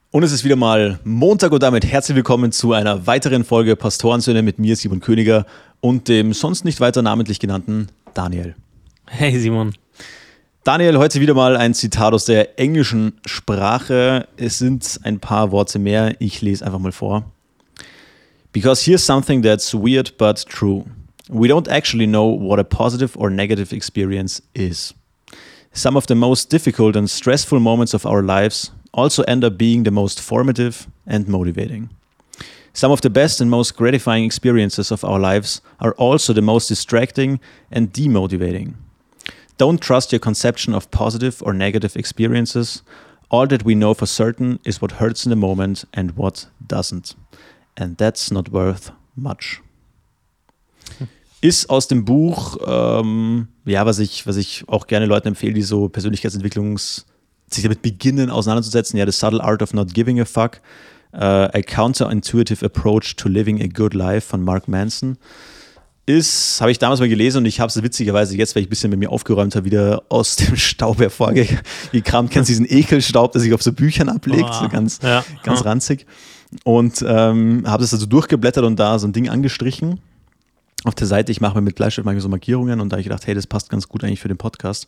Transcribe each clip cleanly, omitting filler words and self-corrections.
Und es ist wieder mal Montag und damit herzlich willkommen zu einer weiteren Folge Pastorensöhne mit mir, Simon Königer, und dem sonst nicht weiter namentlich genannten Daniel. Hey Simon. Daniel, heute wieder mal ein Zitat aus der englischen Sprache. Es sind ein paar Worte mehr, ich lese einfach mal vor. Because here's something that's weird but true. We don't actually know what a positive or negative experience is. Some of the most difficult and stressful moments of our lives also end up being the most formative and motivating. Some of the best and most gratifying experiences of our lives are also the most distracting and demotivating. Don't trust your conception of positive or negative experiences. All that we know for certain is what hurts in the moment and what doesn't. And that's not worth much. Ist aus dem Buch, was ich auch gerne Leuten empfehle, die so sich damit beginnen auseinanderzusetzen, The Subtle Art of Not Giving a Fuck, A Counterintuitive Approach to Living a Good Life von Mark Manson. Habe ich damals mal gelesen und ich habe es witzigerweise jetzt, weil ich ein bisschen mit mir aufgeräumt habe, wieder aus dem Staub hervorgekramt. Kennst du diesen Ekelstaub, der sich auf so Büchern ablegt, so ganz ranzig. Und habe das also durchgeblättert und da so ein Ding angestrichen. Auf der Seite, ich mache mir mit Bleistift manchmal so Markierungen und da habe ich gedacht, hey, das passt ganz gut eigentlich für den Podcast.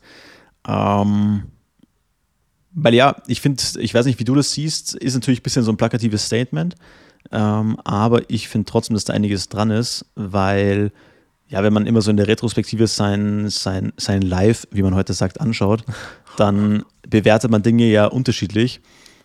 Weil ich finde, ich weiß nicht, wie du das siehst, ist natürlich ein bisschen so ein plakatives Statement, aber ich finde trotzdem, dass da einiges dran ist, weil, wenn man immer so in der Retrospektive sein Live, wie man heute sagt, anschaut, dann bewertet man Dinge ja unterschiedlich.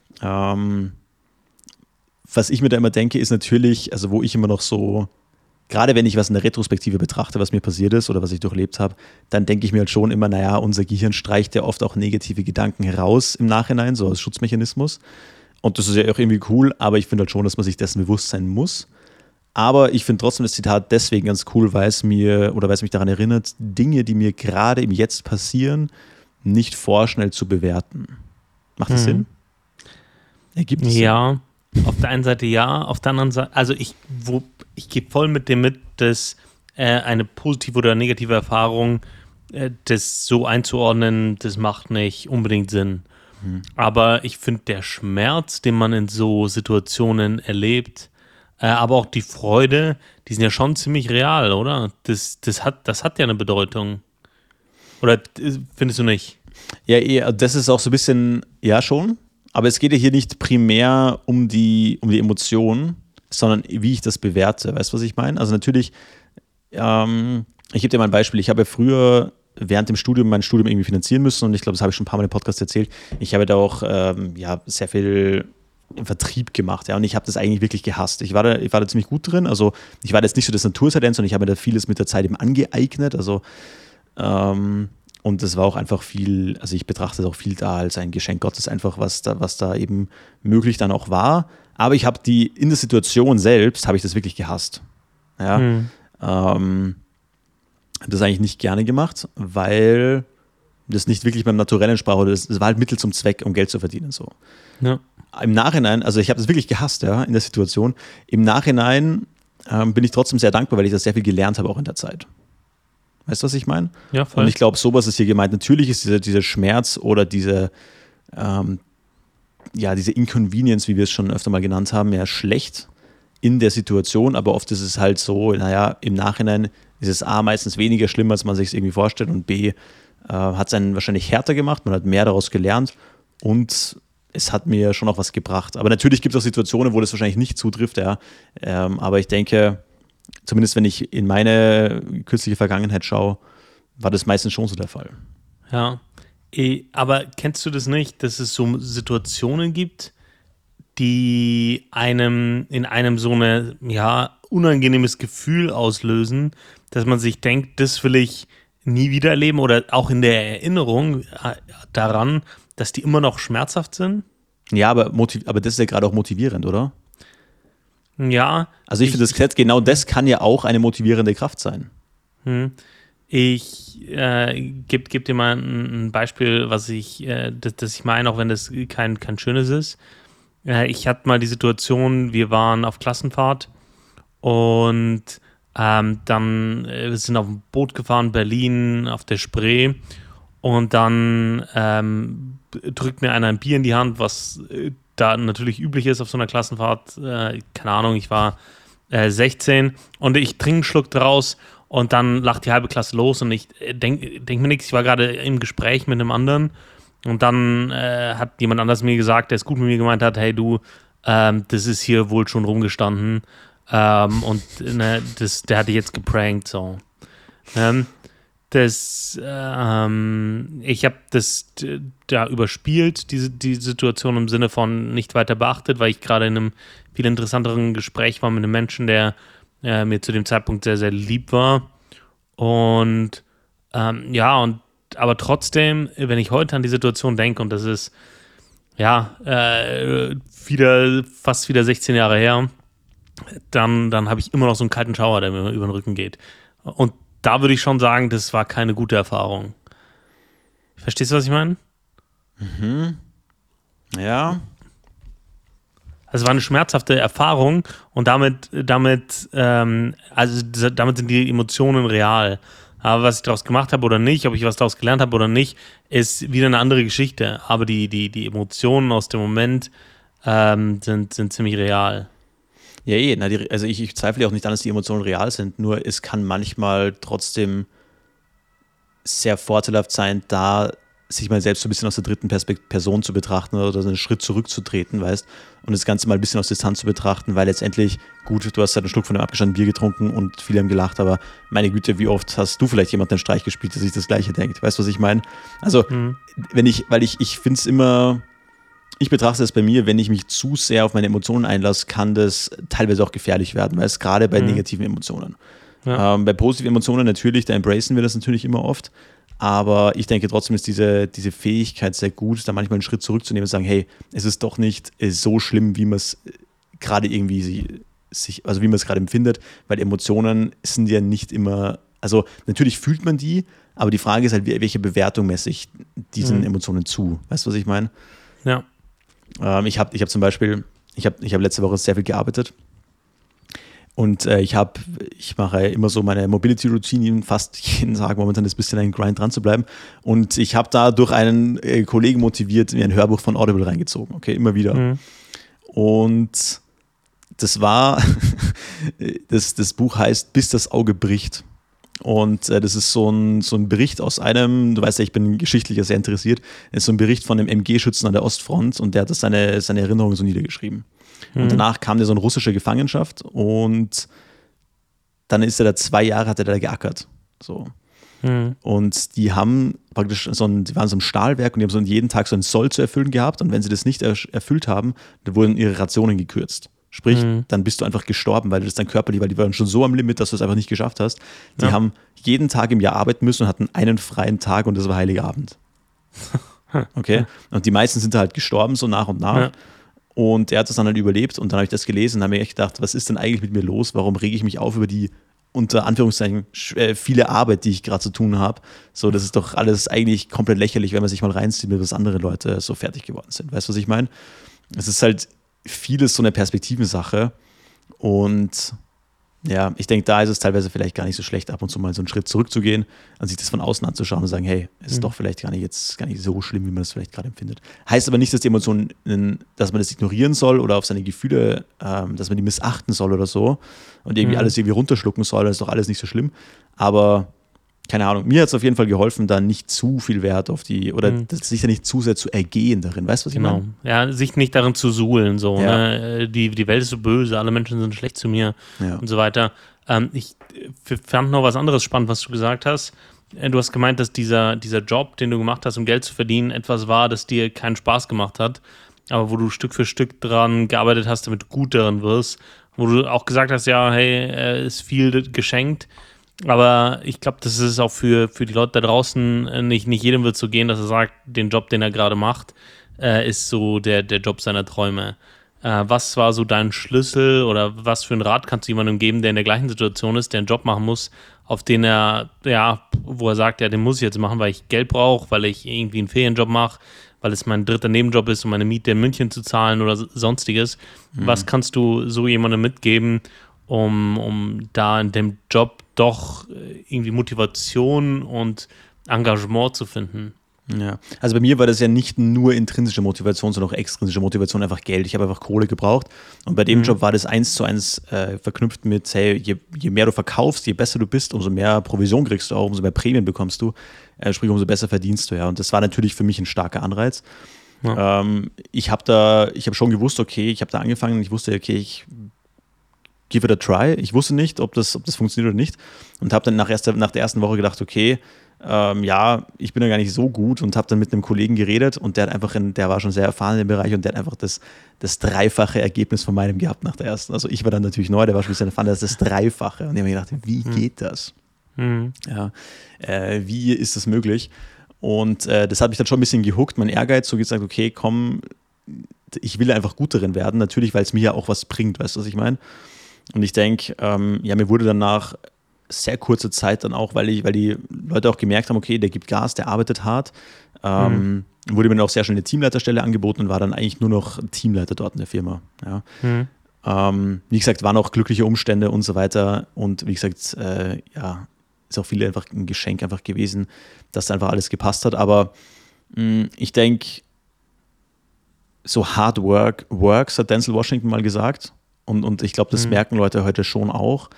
Was ich mir da immer denke, ist natürlich, also wo ich immer noch so, gerade wenn ich was in der Retrospektive betrachte, was mir passiert ist oder was ich durchlebt habe, dann denke ich mir halt schon immer, unser Gehirn streicht ja oft auch negative Gedanken heraus im Nachhinein, so als Schutzmechanismus. Und das ist ja auch irgendwie cool, aber ich finde halt schon, dass man sich dessen bewusst sein muss. Aber ich finde trotzdem das Zitat deswegen ganz cool, weil es mich daran erinnert, Dinge, die mir gerade im Jetzt passieren, nicht vorschnell zu bewerten. Macht das Sinn? Ergibt es Sinn? Auf der einen Seite ja, auf der anderen Seite, also ich gehe voll mit dem mit, dass eine positive oder negative Erfahrung, das so einzuordnen, das macht nicht unbedingt Sinn. Aber ich finde, der Schmerz, den man in so Situationen erlebt, aber auch die Freude, die sind ja schon ziemlich real, oder? Das hat ja eine Bedeutung. Oder findest du nicht? Ja, das ist auch so ein bisschen, ja schon. Aber es geht ja hier nicht primär um die Emotionen, sondern wie ich das bewerte. Weißt du, was ich meine? Also natürlich, ich gebe dir mal ein Beispiel. Ich habe ja früher während dem Studium mein Studium irgendwie finanzieren müssen und ich glaube, das habe ich schon ein paar Mal im Podcast erzählt. Ich habe da auch sehr viel im Vertrieb gemacht, und ich habe das eigentlich wirklich gehasst. Ich war da ziemlich gut drin. Also ich war jetzt nicht so das Naturtalent, sondern ich habe mir da vieles mit der Zeit eben angeeignet. Also und das war auch einfach viel, also ich betrachte es auch viel da als ein Geschenk Gottes, einfach was da eben möglich dann auch war. Aber ich habe in der Situation selbst, habe ich das wirklich gehasst. Das eigentlich nicht gerne gemacht, weil das nicht wirklich beim Naturell entsprach. Das war halt Mittel zum Zweck, um Geld zu verdienen. So. Ja. Im Nachhinein, also ich habe das wirklich gehasst, in der Situation. Im Nachhinein bin ich trotzdem sehr dankbar, weil ich das sehr viel gelernt habe auch in der Zeit. Weißt du, was ich meine? Ja, voll. Und ich glaube, sowas ist hier gemeint. Natürlich ist dieser Schmerz oder diese Inconvenience, wie wir es schon öfter mal genannt haben, ja schlecht in der Situation, aber oft ist es halt so, im Nachhinein ist es A, meistens weniger schlimm, als man sich es irgendwie vorstellt, und B, hat es einen wahrscheinlich härter gemacht, man hat mehr daraus gelernt und es hat mir schon auch was gebracht. Aber natürlich gibt es auch Situationen, wo das wahrscheinlich nicht zutrifft, aber ich denke, zumindest wenn ich in meine kürzliche Vergangenheit schaue, war das meistens schon so der Fall. Ja, aber kennst du das nicht, dass es so Situationen gibt, die in einem so eine unangenehmes Gefühl auslösen, dass man sich denkt, das will ich nie wieder erleben, oder auch in der Erinnerung daran, dass die immer noch schmerzhaft sind? Ja, aber das ist ja gerade auch motivierend, oder? Ja. Also ich finde, genau das kann ja auch eine motivierende Kraft sein. Ich geb dir mal ein Beispiel, das ich meine, auch wenn das kein schönes ist. Ich hatte mal die Situation, wir waren auf Klassenfahrt und dann wir sind auf dem Boot gefahren, Berlin, auf der Spree, und dann drückt mir einer ein Bier in die Hand, was da natürlich üblich ist auf so einer Klassenfahrt. Keine Ahnung, ich war 16 und ich trinke einen Schluck draus und dann lacht die halbe Klasse los und ich denk mir nichts. Ich war gerade im Gespräch mit einem anderen und dann hat jemand anders mir gesagt, der es gut mit mir gemeint hat, hey du, das ist hier wohl schon rumgestanden und der hat dich jetzt geprankt, so. Ich habe das da überspielt, die Situation im Sinne von nicht weiter beachtet, weil ich gerade in einem viel interessanteren Gespräch war mit einem Menschen, der mir zu dem Zeitpunkt sehr, sehr lieb war. Und aber trotzdem, wenn ich heute an die Situation denke, und das ist fast wieder 16 Jahre her, dann habe ich immer noch so einen kalten Schauer, der mir über den Rücken geht. Und da würde ich schon sagen, das war keine gute Erfahrung. Verstehst du, was ich meine? Mhm. Ja. Also es war eine schmerzhafte Erfahrung und damit sind die Emotionen real. Aber was ich daraus gemacht habe oder nicht, ob ich was daraus gelernt habe oder nicht, ist wieder eine andere Geschichte. Aber die Emotionen aus dem Moment sind ziemlich real. Ja, also ich zweifle auch nicht an, dass die Emotionen real sind, nur es kann manchmal trotzdem sehr vorteilhaft sein, da sich mal selbst so ein bisschen aus der dritten Person zu betrachten oder so einen Schritt zurückzutreten, weißt, und das Ganze mal ein bisschen aus Distanz zu betrachten, weil letztendlich, gut, du hast halt einen Schluck von einem abgestandenen Bier getrunken und viele haben gelacht, aber meine Güte, wie oft hast du vielleicht jemanden einen Streich gespielt, der sich das Gleiche denkt, weißt du, was ich meine? Also, ich finde es immer... Ich betrachte es bei mir, wenn ich mich zu sehr auf meine Emotionen einlasse, kann das teilweise auch gefährlich werden, weil es gerade bei negativen Emotionen. Ja. Bei positiven Emotionen natürlich, da embracen wir das natürlich immer oft, aber ich denke trotzdem ist diese Fähigkeit sehr gut, da manchmal einen Schritt zurückzunehmen und sagen, hey, es ist doch nicht so schlimm, wie man es gerade irgendwie also wie man es gerade empfindet, weil Emotionen sind ja nicht immer, also natürlich fühlt man die, aber die Frage ist halt, welche Bewertung messe ich diesen Emotionen zu? Weißt du, was ich meine? Ja. Ich habe zum Beispiel, ich hab letzte Woche sehr viel gearbeitet und ich mache immer so meine Mobility-Routine fast jeden Tag. Momentan ist ein bisschen ein Grind dran zu bleiben. Und ich habe da durch einen Kollegen motiviert, mir ein Hörbuch von Audible reingezogen. Okay, immer wieder. Mhm. Und das war, das Buch heißt Bis das Auge bricht. Und das ist so ein Bericht aus du weißt ja, ich bin geschichtlich sehr interessiert, das ist so ein Bericht von einem MG-Schützen an der Ostfront und der hat das seine Erinnerungen so niedergeschrieben. Und danach kam der so in russische Gefangenschaft und dann ist er da 2 Jahre, hat er da geackert. So. Und die haben praktisch die waren so einem Stahlwerk und die haben so jeden Tag so einen Soll zu erfüllen gehabt und wenn sie das nicht erfüllt haben, dann wurden ihre Rationen gekürzt. Sprich, dann bist du einfach gestorben, weil das dein körperlich, weil die waren schon so am Limit, dass du es einfach nicht geschafft hast. Die haben jeden Tag im Jahr arbeiten müssen und hatten einen freien Tag und das war Heiligabend. Okay? Und die meisten sind da halt gestorben, so nach und nach. Ja. Und er hat das dann halt überlebt und dann habe ich das gelesen und habe mir echt gedacht, was ist denn eigentlich mit mir los? Warum rege ich mich auf über die, unter Anführungszeichen, viele Arbeit, die ich gerade zu tun habe? So, das ist doch alles eigentlich komplett lächerlich, wenn man sich mal reinzieht, mit was andere Leute so fertig geworden sind. Weißt du, was ich meine? Es ist halt vieles so eine Perspektivensache und ja, ich denke, da ist es teilweise vielleicht gar nicht so schlecht, ab und zu mal so einen Schritt zurückzugehen und sich das von außen anzuschauen und sagen, hey, es ist doch vielleicht gar nicht so schlimm, wie man das vielleicht gerade empfindet. Heißt aber nicht, dass die Emotionen, dass man das ignorieren soll oder auf seine Gefühle, dass man die missachten soll oder so und irgendwie alles irgendwie runterschlucken soll, das ist doch alles nicht so schlimm, aber keine Ahnung, mir hat es auf jeden Fall geholfen, da nicht zu viel Wert auf sich da nicht zu sehr zu ergehen darin, weißt du, was ich meine? Ja, sich nicht darin zu suhlen, so, ne? Die Welt ist so böse, alle Menschen sind schlecht zu mir und so weiter. Ich fand noch was anderes spannend, was du gesagt hast. Du hast gemeint, dass dieser Job, den du gemacht hast, um Geld zu verdienen, etwas war, das dir keinen Spaß gemacht hat, aber wo du Stück für Stück dran gearbeitet hast, damit du gut darin wirst, wo du auch gesagt hast, ja, hey, ist viel geschenkt. Aber ich glaube, das ist auch für die Leute da draußen, nicht jedem wird so gehen, dass er sagt, den Job, den er gerade macht, ist so der Job seiner Träume. Was war so dein Schlüssel oder was für einen Rat kannst du jemandem geben, der in der gleichen Situation ist, der einen Job machen muss, auf den wo er sagt, ja, den muss ich jetzt machen, weil ich Geld brauche, weil ich irgendwie einen Ferienjob mache, weil es mein dritter Nebenjob ist, um meine Miete in München zu zahlen oder sonstiges. Was kannst du so jemandem mitgeben, um da in dem Job doch irgendwie Motivation und Engagement zu finden? Ja, also bei mir war das ja nicht nur intrinsische Motivation, sondern auch extrinsische Motivation, einfach Geld. Ich habe einfach Kohle gebraucht und bei dem Job war das 1:1 verknüpft mit, hey, je mehr du verkaufst, je besser du bist, umso mehr Provision kriegst du auch, umso mehr Prämien bekommst du, sprich umso besser verdienst du, ja. Und das war natürlich für mich ein starker Anreiz. Ja. Ich habe schon gewusst, okay, ich habe da angefangen, ich wusste, okay, ich give it a try. Ich wusste nicht, ob das funktioniert oder nicht und habe dann nach der ersten Woche gedacht, okay, ja, ich bin ja gar nicht so gut und habe dann mit einem Kollegen geredet und der war schon sehr erfahren in dem Bereich und der hat einfach das dreifache Ergebnis von meinem gehabt nach der ersten. Also ich war dann natürlich neu, der war schon ein bisschen erfahren, das ist das Dreifache und ich habe mir gedacht, wie geht das? Ja, wie ist das möglich? Und das hat mich dann schon ein bisschen gehuckt, mein Ehrgeiz, so gesagt, okay, komm, ich will einfach gut darin werden, natürlich, weil es mir ja auch was bringt, weißt du, was ich meine? Und ich denke, ja, mir wurde dann nach sehr kurzer Zeit dann auch, weil die Leute auch gemerkt haben, okay, der gibt Gas, der arbeitet hart, wurde mir dann auch sehr schnell eine Teamleiterstelle angeboten und war dann eigentlich nur noch Teamleiter dort in der Firma. Ja. Wie gesagt, waren auch glückliche Umstände und so weiter und wie gesagt, ja, ist auch viel einfach ein Geschenk einfach gewesen, dass da einfach alles gepasst hat, aber ich denke, so hard work works, hat Denzel Washington mal gesagt und ich glaube, das merken Leute heute schon auch,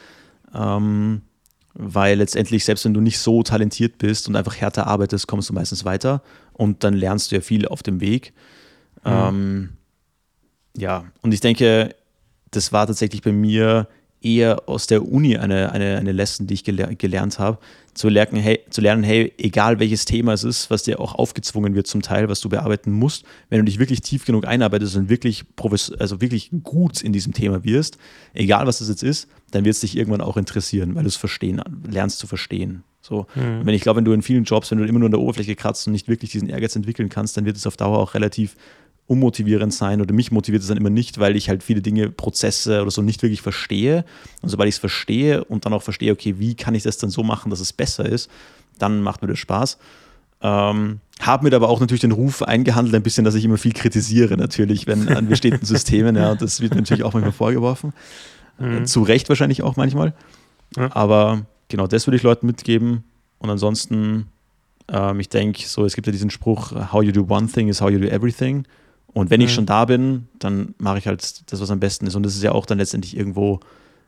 weil letztendlich, selbst wenn du nicht so talentiert bist und einfach härter arbeitest, kommst du meistens weiter und dann lernst du ja viel auf dem Weg. Ja, und ich denke, das war tatsächlich bei mir eher aus der Uni eine Lesson, die ich gelernt habe, zu lernen, hey, egal welches Thema es ist, was dir auch aufgezwungen wird zum Teil, was du bearbeiten musst, wenn du dich wirklich tief genug einarbeitest und wirklich wirklich gut in diesem Thema wirst, egal was das jetzt ist, dann wird es dich irgendwann auch interessieren, weil du es lernst zu verstehen. So. Und wenn du in vielen Jobs, wenn du immer nur an der Oberfläche kratzt und nicht wirklich diesen Ehrgeiz entwickeln kannst, dann wird es auf Dauer auch relativ unmotivierend sein oder mich motiviert es dann immer nicht, weil ich halt viele Dinge, Prozesse oder so nicht wirklich verstehe. Und sobald ich es verstehe und dann auch verstehe, okay, wie kann ich das dann so machen, dass es besser ist, dann macht mir das Spaß. Habe mir aber auch natürlich den Ruf eingehandelt, ein bisschen, dass ich immer viel kritisiere, natürlich, wenn an bestehenden Systemen, ja, das wird mir natürlich auch manchmal vorgeworfen. Zu Recht wahrscheinlich auch manchmal. Ja. Aber genau, das würde ich Leuten mitgeben. Und ansonsten, ich denke, so, es gibt ja diesen Spruch, how you do one thing is how you do everything. Und wenn ich schon da bin, dann mache ich halt das, was am besten ist. Und das ist ja auch dann letztendlich irgendwo,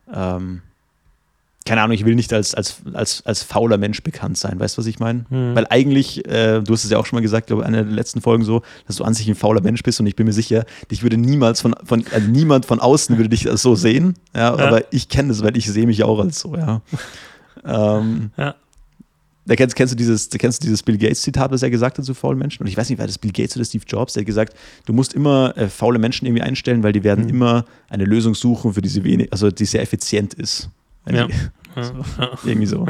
keine Ahnung, ich will nicht als fauler Mensch bekannt sein. Weißt du, was ich meine? Weil eigentlich, du hast es ja auch schon mal gesagt, glaube ich, in einer der letzten Folgen so, dass du an sich ein fauler Mensch bist und ich bin mir sicher, dich würde niemals also niemand von außen würde dich so sehen. Ja, ja. Aber ich kenne das, weil ich sehe mich auch als so, ja. Ja. Da kennst du dieses Bill Gates-Zitat, was er gesagt hat zu faulen Menschen? Und ich weiß nicht, war das Bill Gates oder Steve Jobs? Der hat gesagt, du musst immer faule Menschen irgendwie einstellen, weil die werden immer eine Lösung suchen, für die die sehr effizient ist. Ja. So, irgendwie so.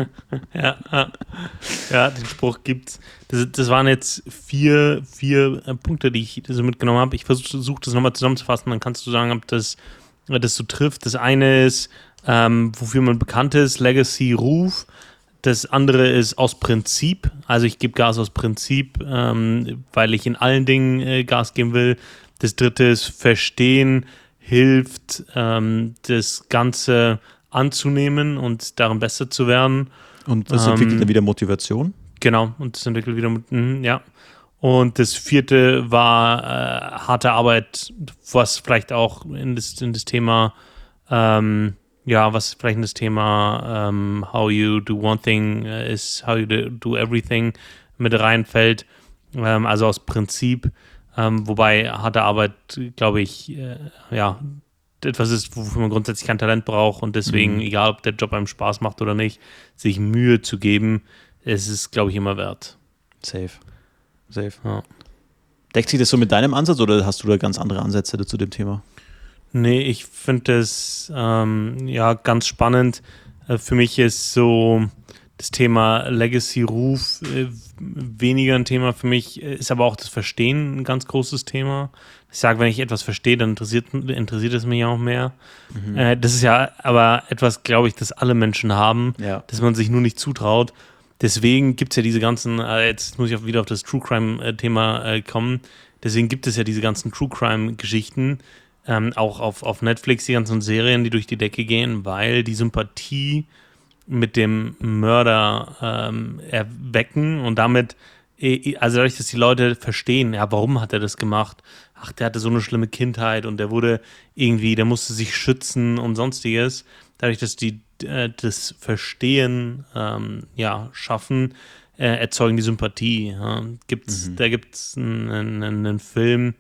Ja, den Spruch gibt's. Das waren jetzt vier Punkte, die ich so mitgenommen habe. Ich versuche das nochmal zusammenzufassen, dann kannst du sagen, ob das so trifft. Das eine ist, wofür man bekannt ist, Legacy, Ruf. Das andere ist aus Prinzip, also ich gebe Gas aus Prinzip, weil ich in allen Dingen Gas geben will. Das dritte ist Verstehen, hilft, das Ganze anzunehmen und darin besser zu werden. Und das entwickelt dann wieder Motivation? Genau, und das entwickelt wieder, ja. Und das vierte war harte Arbeit, was vielleicht auch in das Thema was vielleicht in das Thema how you do one thing is how you do everything mit reinfällt, also aus Prinzip, wobei harte Arbeit, glaube ich, etwas ist, wofür man grundsätzlich kein Talent braucht und deswegen, egal ob der Job einem Spaß macht oder nicht, sich Mühe zu geben, es ist, glaube ich, immer wert. Safe. Ja. Deckt sich das so mit deinem Ansatz oder hast du da ganz andere Ansätze zu dem Thema? Nee, ich finde das ganz spannend. Für mich ist so das Thema Legacy-Ruf weniger ein Thema. Für mich ist aber auch das Verstehen ein ganz großes Thema. Ich sage, wenn ich etwas verstehe, dann interessiert es mich auch mehr. Das ist ja aber etwas, glaube ich, das alle Menschen haben, dass man sich nur nicht zutraut. Deswegen gibt es ja diese ganzen, jetzt muss ich auch wieder auf das True Crime-Thema kommen, deswegen gibt es ja diese ganzen True Crime-Geschichten, auch auf Netflix, die ganzen Serien, die durch die Decke gehen, weil die Sympathie mit dem Mörder erwecken und damit also dadurch, dass die Leute verstehen, ja, warum hat er das gemacht? Ach, der hatte so eine schlimme Kindheit und der musste sich schützen und sonstiges. Dadurch, dass die das Verstehen schaffen, erzeugen die Sympathie. Ja. Da gibt's einen Film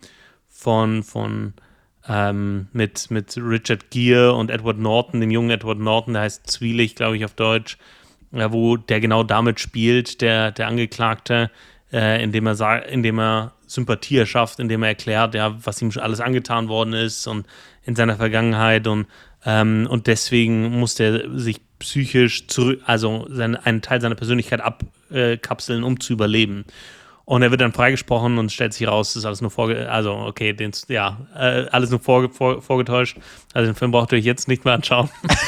mit Richard Gere und Edward Norton, dem jungen Edward Norton, der heißt Zwielicht, glaube ich, auf Deutsch, wo der genau damit spielt, der Angeklagte, indem er Sympathie erschafft, indem er erklärt, ja, was ihm alles angetan worden ist und in seiner Vergangenheit und deswegen musste er sich psychisch einen Teil seiner Persönlichkeit abkapseln, um zu überleben. Und er wird dann freigesprochen und stellt sich raus, das ist alles nur alles nur vorgetäuscht. Also den Film braucht ihr euch jetzt nicht mehr anschauen.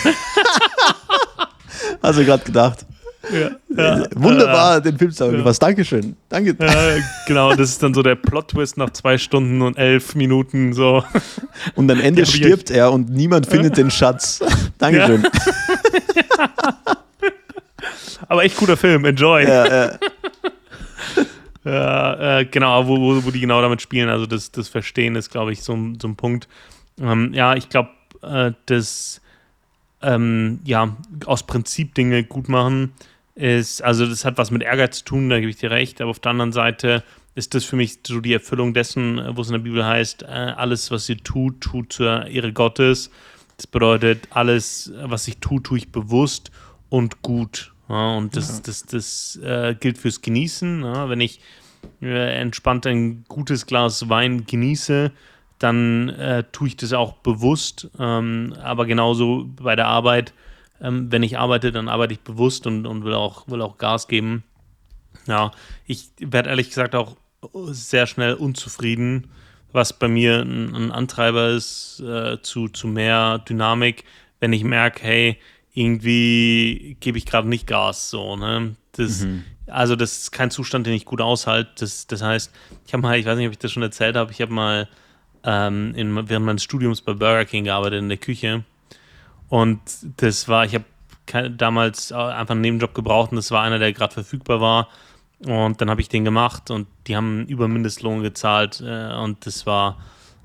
Hast du gerade gedacht. Ja, wunderbar, den Film zusammengefasst. Dankeschön. Danke. Genau, das ist dann so der Plot-Twist nach 2 Stunden und 11 Minuten. So. Und am Ende stirbt er und niemand findet den Schatz. Dankeschön. Aber echt guter Film, enjoy. Ja. Genau, wo die genau damit spielen. Also das Verstehen ist, glaube ich, so ein Punkt. Ich glaube, aus Prinzip Dinge gut machen also das hat was mit Ehrgeiz zu tun, da gebe ich dir recht, aber auf der anderen Seite ist das für mich so die Erfüllung dessen, wo es in der Bibel heißt, alles, was ihr tut zur Ehre Gottes. Das bedeutet, alles, was ich tue ich bewusst und gut. Ja, und das gilt fürs Genießen. Ja, wenn ich entspannt ein gutes Glas Wein genieße, dann tue ich das auch bewusst. Aber genauso bei der Arbeit, wenn ich arbeite, dann arbeite ich bewusst und will auch Gas geben. Ja, ich werde ehrlich gesagt auch sehr schnell unzufrieden, was bei mir ein Antreiber ist zu mehr Dynamik, wenn ich merke, hey, irgendwie gebe ich gerade nicht Gas. So, ne? Also das ist kein Zustand, den ich gut aushalte. Das heißt, ich weiß nicht, ob ich das schon erzählt habe, ich habe mal während meines Studiums bei Burger King gearbeitet in der Küche. Und ich habe damals einfach einen Nebenjob gebraucht und das war einer, der gerade verfügbar war. Und dann habe ich den gemacht und die haben über Mindestlohn gezahlt und das war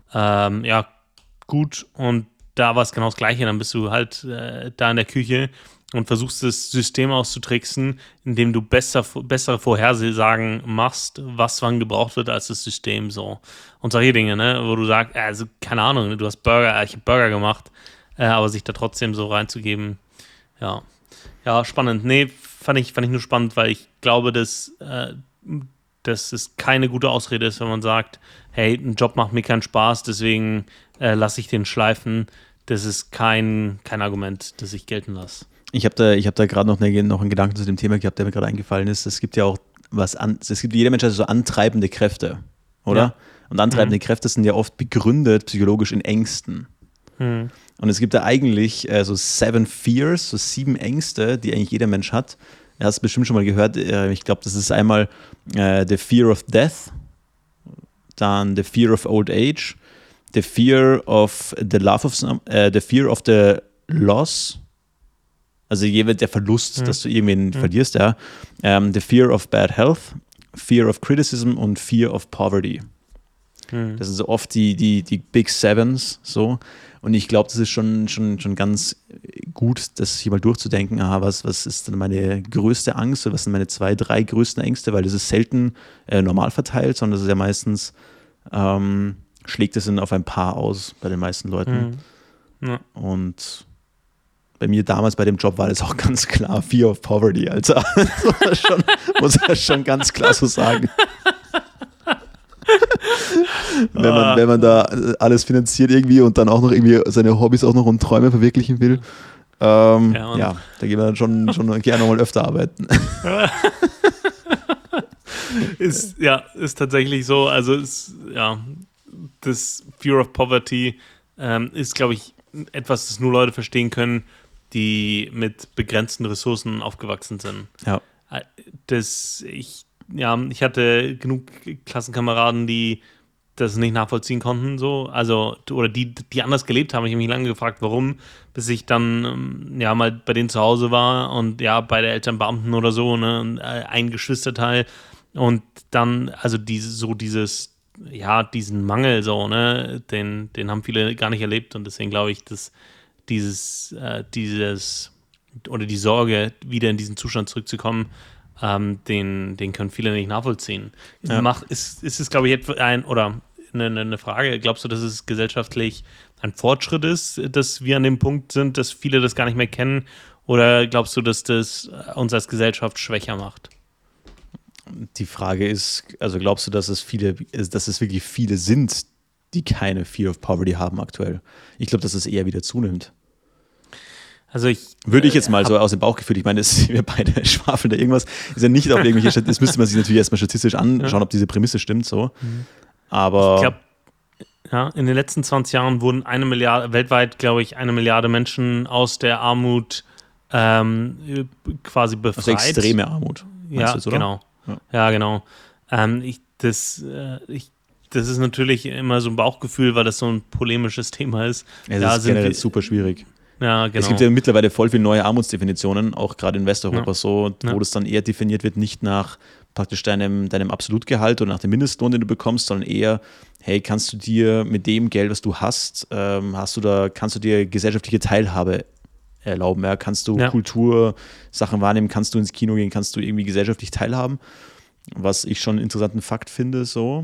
gut. Und da war es genau das Gleiche. Dann bist du halt da in der Küche und versuchst das System auszutricksen, indem du bessere Vorhersagen machst, was wann gebraucht wird als das System so. Und solche Dinge, ne, wo du sagst, also keine Ahnung, du hast ich habe Burger gemacht, aber sich da trotzdem so reinzugeben, ja, spannend. Nee, fand ich nur spannend, weil ich glaube, dass es keine gute Ausrede ist, wenn man sagt, hey, ein Job macht mir keinen Spaß, deswegen lasse ich den schleifen. Das ist kein Argument, das ich gelten lasse. Ich hab da gerade noch einen Gedanken zu dem Thema gehabt, der mir gerade eingefallen ist. Es gibt ja auch jeder Mensch hat so antreibende Kräfte, oder? Ja. Und antreibende Kräfte sind ja oft begründet psychologisch in Ängsten. Und es gibt da eigentlich so 7 Fears, so 7 Ängste, die eigentlich jeder Mensch hat. Du hast bestimmt schon mal gehört, ich glaube, das ist einmal the fear of death, dann the fear of old age, the fear of the fear of the loss, also der Verlust, dass du irgendwen verlierst, ja. The fear of bad health, fear of criticism und fear of poverty. Das sind so oft die Big Sevens, so. Und ich glaube, das ist schon ganz gut, das hier mal durchzudenken, was ist denn meine größte Angst oder was sind meine 2, 3 größten Ängste, weil das ist selten normal verteilt, sondern das ist ja meistens, schlägt es auf ein paar aus bei den meisten Leuten. Ja. Und bei mir damals bei dem Job war das auch ganz klar Fear of Poverty, Alter. muss man schon ganz klar so sagen. Wenn man da alles finanziert irgendwie und dann auch noch irgendwie seine Hobbys auch noch und Träume verwirklichen will, da gehen wir dann schon gerne mal öfter arbeiten. Ist tatsächlich so. Also das Fear of Poverty ist, glaube ich, etwas, das nur Leute verstehen können, die mit begrenzten Ressourcen aufgewachsen sind. Ja. Ich hatte genug Klassenkameraden, die das nicht nachvollziehen konnten, so, also, oder die anders gelebt haben. Ich habe mich lange gefragt, warum, bis ich dann mal bei denen zu Hause war und bei der Elternbeamten oder so, ne, ein Geschwisterteil Und dann, also diesen Mangel so, ne, den haben viele gar nicht erlebt und deswegen glaube ich, dass die Sorge, wieder in diesen Zustand zurückzukommen, den können viele nicht nachvollziehen. Ja. Ist es, glaube ich, eine Frage, glaubst du, dass es gesellschaftlich ein Fortschritt ist, dass wir an dem Punkt sind, dass viele das gar nicht mehr kennen, oder glaubst du, dass das uns als Gesellschaft schwächer macht? Die Frage ist, also glaubst du, dass es wirklich viele sind, die keine Fear of Poverty haben aktuell? Ich glaube, dass es eher wieder zunimmt. Also Würde ich jetzt mal so aus dem Bauchgefühl, ich meine, wir beide schwafeln da irgendwas, ist ja nicht auf irgendwelche, das müsste man sich natürlich erstmal statistisch anschauen, ob diese Prämisse stimmt, so. Aber ich glaube, ja, in den letzten 20 Jahren wurden weltweit, glaube ich, 1 Milliarde Menschen aus der Armut quasi befreit. also extreme Armut. Ja, du, oder? genau. Ja, genau. Das ist natürlich immer so ein Bauchgefühl, weil das so ein polemisches Thema ist. Es ist generell super schwierig. Ja, genau. Es gibt ja mittlerweile voll viele neue Armutsdefinitionen, auch gerade in Westeuropa wo Ja. das dann eher definiert wird, nicht nach praktisch deinem Absolutgehalt oder nach dem Mindestlohn, den du bekommst, sondern eher, hey, kannst du dir mit dem Geld, was du hast, kannst du dir gesellschaftliche Teilhabe erlauben, ja? Kannst du Kultursachen wahrnehmen, kannst du ins Kino gehen, kannst du irgendwie gesellschaftlich teilhaben, was ich schon einen interessanten Fakt finde, so.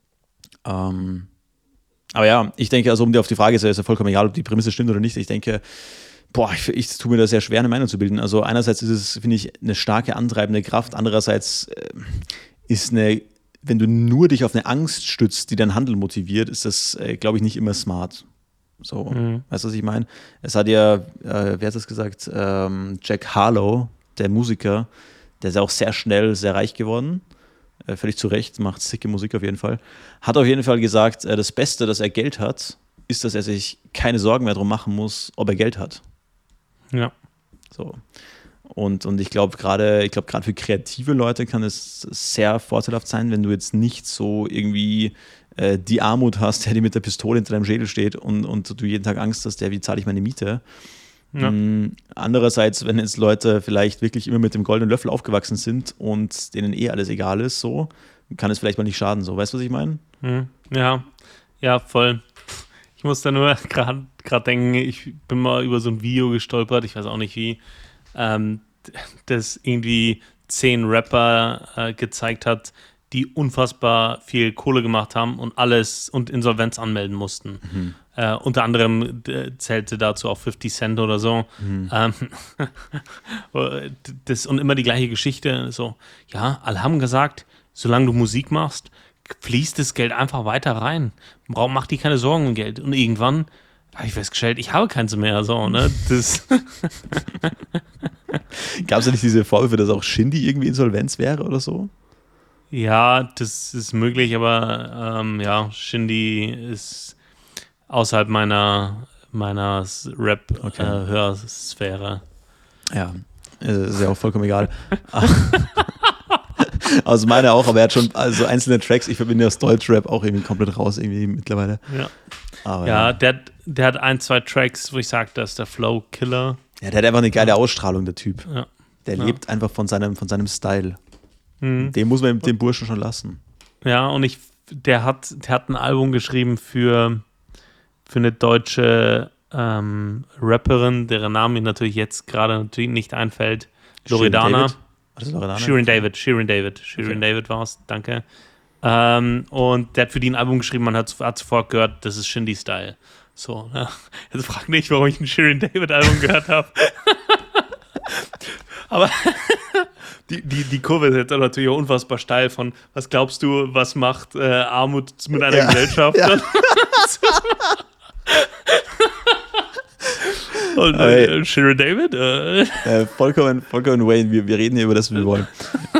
Aber ja, ich denke, also um dir auf die Frage, ist ja vollkommen egal, ob die Prämisse stimmt oder nicht. Ich denke, ich tue mir da sehr schwer, eine Meinung zu bilden. Also einerseits ist es, finde ich, eine starke antreibende Kraft. Andererseits wenn du nur dich auf eine Angst stützt, die dein Handeln motiviert, ist das, glaube ich, nicht immer smart. So, weißt du, was ich meine? Es hat ja, wer hat das gesagt? Jack Harlow, der Musiker, der ist ja auch sehr schnell sehr reich geworden. Völlig zu Recht, macht sicke Musik auf jeden Fall. Hat auf jeden Fall gesagt, das Beste, dass er Geld hat, ist, dass er sich keine Sorgen mehr darum machen muss, ob er Geld hat. Ja. So. Und ich glaube, gerade für kreative Leute kann es sehr vorteilhaft sein, wenn du jetzt nicht so irgendwie die Armut hast, der dir mit der Pistole hinter deinem Schädel steht und du jeden Tag Angst hast, wie zahle ich meine Miete. Ja. Andererseits, wenn jetzt Leute vielleicht wirklich immer mit dem goldenen Löffel aufgewachsen sind und denen alles egal ist, so, kann es vielleicht mal nicht schaden. So, weißt du, was ich meine? Ja, voll. Ich muss da nur gerade denken, ich bin mal über so ein Video gestolpert, ich weiß auch nicht wie, das irgendwie 10 Rapper gezeigt hat, die unfassbar viel Kohle gemacht haben und Insolvenz anmelden mussten. Unter anderem zählte dazu auch 50 Cent oder so. Und immer die gleiche Geschichte. So, ja, alle haben gesagt, solange du Musik machst, fließt das Geld einfach weiter rein. Mach dir keine Sorgen um Geld. Und irgendwann habe ich festgestellt, ich habe keins mehr. So, ne? Gab es ja nicht diese Vorwürfe, dass auch Shindy irgendwie Insolvenz wäre oder so? Ja, das ist möglich, aber Shindy ist außerhalb meiner Rap-Hörsphäre. Ja, ist ja auch vollkommen egal. Also meine auch, aber er hat schon einzelne Tracks, ich verbinde das Deutschrap auch irgendwie komplett raus irgendwie mittlerweile. Ja, aber, der hat 1, 2 Tracks, wo ich sage, das ist der Flow Killer. Ja, der hat einfach eine geile Ausstrahlung, der Typ. Ja. Der lebt einfach von seinem Style. Den muss man dem Burschen schon lassen. Ja, und der hat ein Album geschrieben für eine deutsche Rapperin, deren Name mir natürlich jetzt gerade nicht einfällt. Loredana. Shirin David. Shirin David war es, danke. Und der hat für die ein Album geschrieben, man hat sofort gehört, das ist Shindy-Style. So, ne? Jetzt frag nicht, warum ich ein Shirin David-Album gehört habe. Aber die Kurve ist jetzt natürlich auch unfassbar steil von, was glaubst du, was macht Armut mit einer Gesellschaft? Ja. Und Shirin David? Vollkommen Wayne, wir reden hier über das, was wir wollen.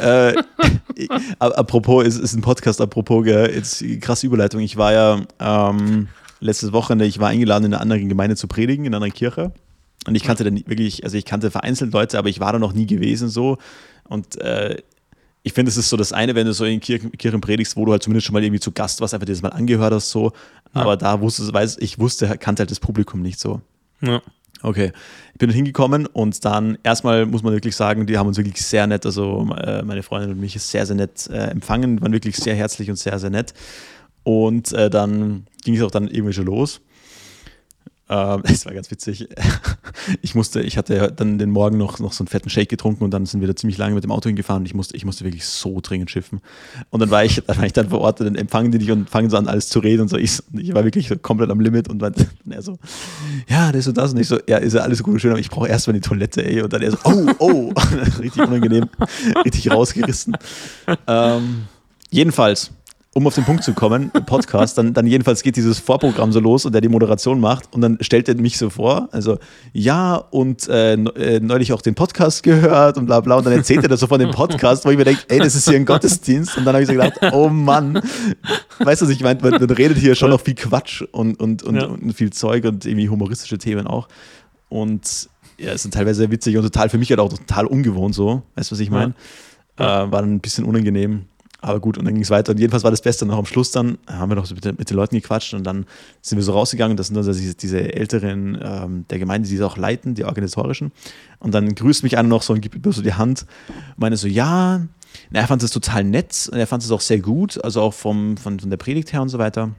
Apropos, ist ein Podcast, gell, jetzt krasse Überleitung. Ich war ja letztes Wochenende, ich war eingeladen, in einer anderen Gemeinde zu predigen, in einer anderen Kirche. Und ich kannte dann wirklich, also ich kannte vereinzelt Leute, aber ich war da noch nie gewesen so. Und ich finde, es ist so das eine, wenn du so in Kirchen predigst, wo du halt zumindest schon mal irgendwie zu Gast warst, einfach dir das mal angehört hast so. Ja. Aber da kannte halt das Publikum nicht so. Ja. Okay, ich bin hingekommen und dann erstmal muss man wirklich sagen, die haben uns wirklich sehr nett, also meine Freundin und mich sehr, sehr nett empfangen, waren wirklich sehr herzlich und sehr, sehr nett. Und dann ging es auch dann irgendwie schon los. Es war ganz witzig. Ich hatte dann den Morgen noch so einen fetten Shake getrunken und dann sind wir da ziemlich lange mit dem Auto hingefahren und ich musste wirklich so dringend schiffen. Und dann war ich dann vor Ort und dann empfangen die dich und fangen so an, alles zu reden und so. Ich war wirklich so komplett am Limit und dann er so, ja, das und das. Und ich so, ja, ist ja alles gut und schön, aber ich brauche erstmal die Toilette, ey. Und dann er so, oh. Richtig unangenehm, richtig rausgerissen. Jedenfalls, um auf den Punkt zu kommen, im Podcast, dann jedenfalls geht dieses Vorprogramm so los und der die Moderation macht und dann stellt er mich so vor, also ja und neulich auch den Podcast gehört und bla bla und dann erzählt er das so von dem Podcast, wo ich mir denke, ey, das ist hier ein Gottesdienst und dann habe ich so gedacht, oh Mann, weißt du, was ich meine, man redet hier schon noch viel Quatsch und viel Zeug und irgendwie humoristische Themen auch und ja, es sind teilweise sehr witzig und total für mich halt auch total ungewohnt so, weißt du, was ich meine, war dann ein bisschen unangenehm. Aber gut, und dann ging es weiter. Und jedenfalls war das Beste noch am Schluss dann, haben wir noch so mit den Leuten gequatscht und dann sind wir so rausgegangen. Das sind also diese Älteren der Gemeinde, die es auch leiten, die organisatorischen. Und dann grüßt mich einer noch so und gibt mir so die Hand. Meine so, ja, er fand es total nett und er fand es auch sehr gut, also auch von der Predigt her und so weiter.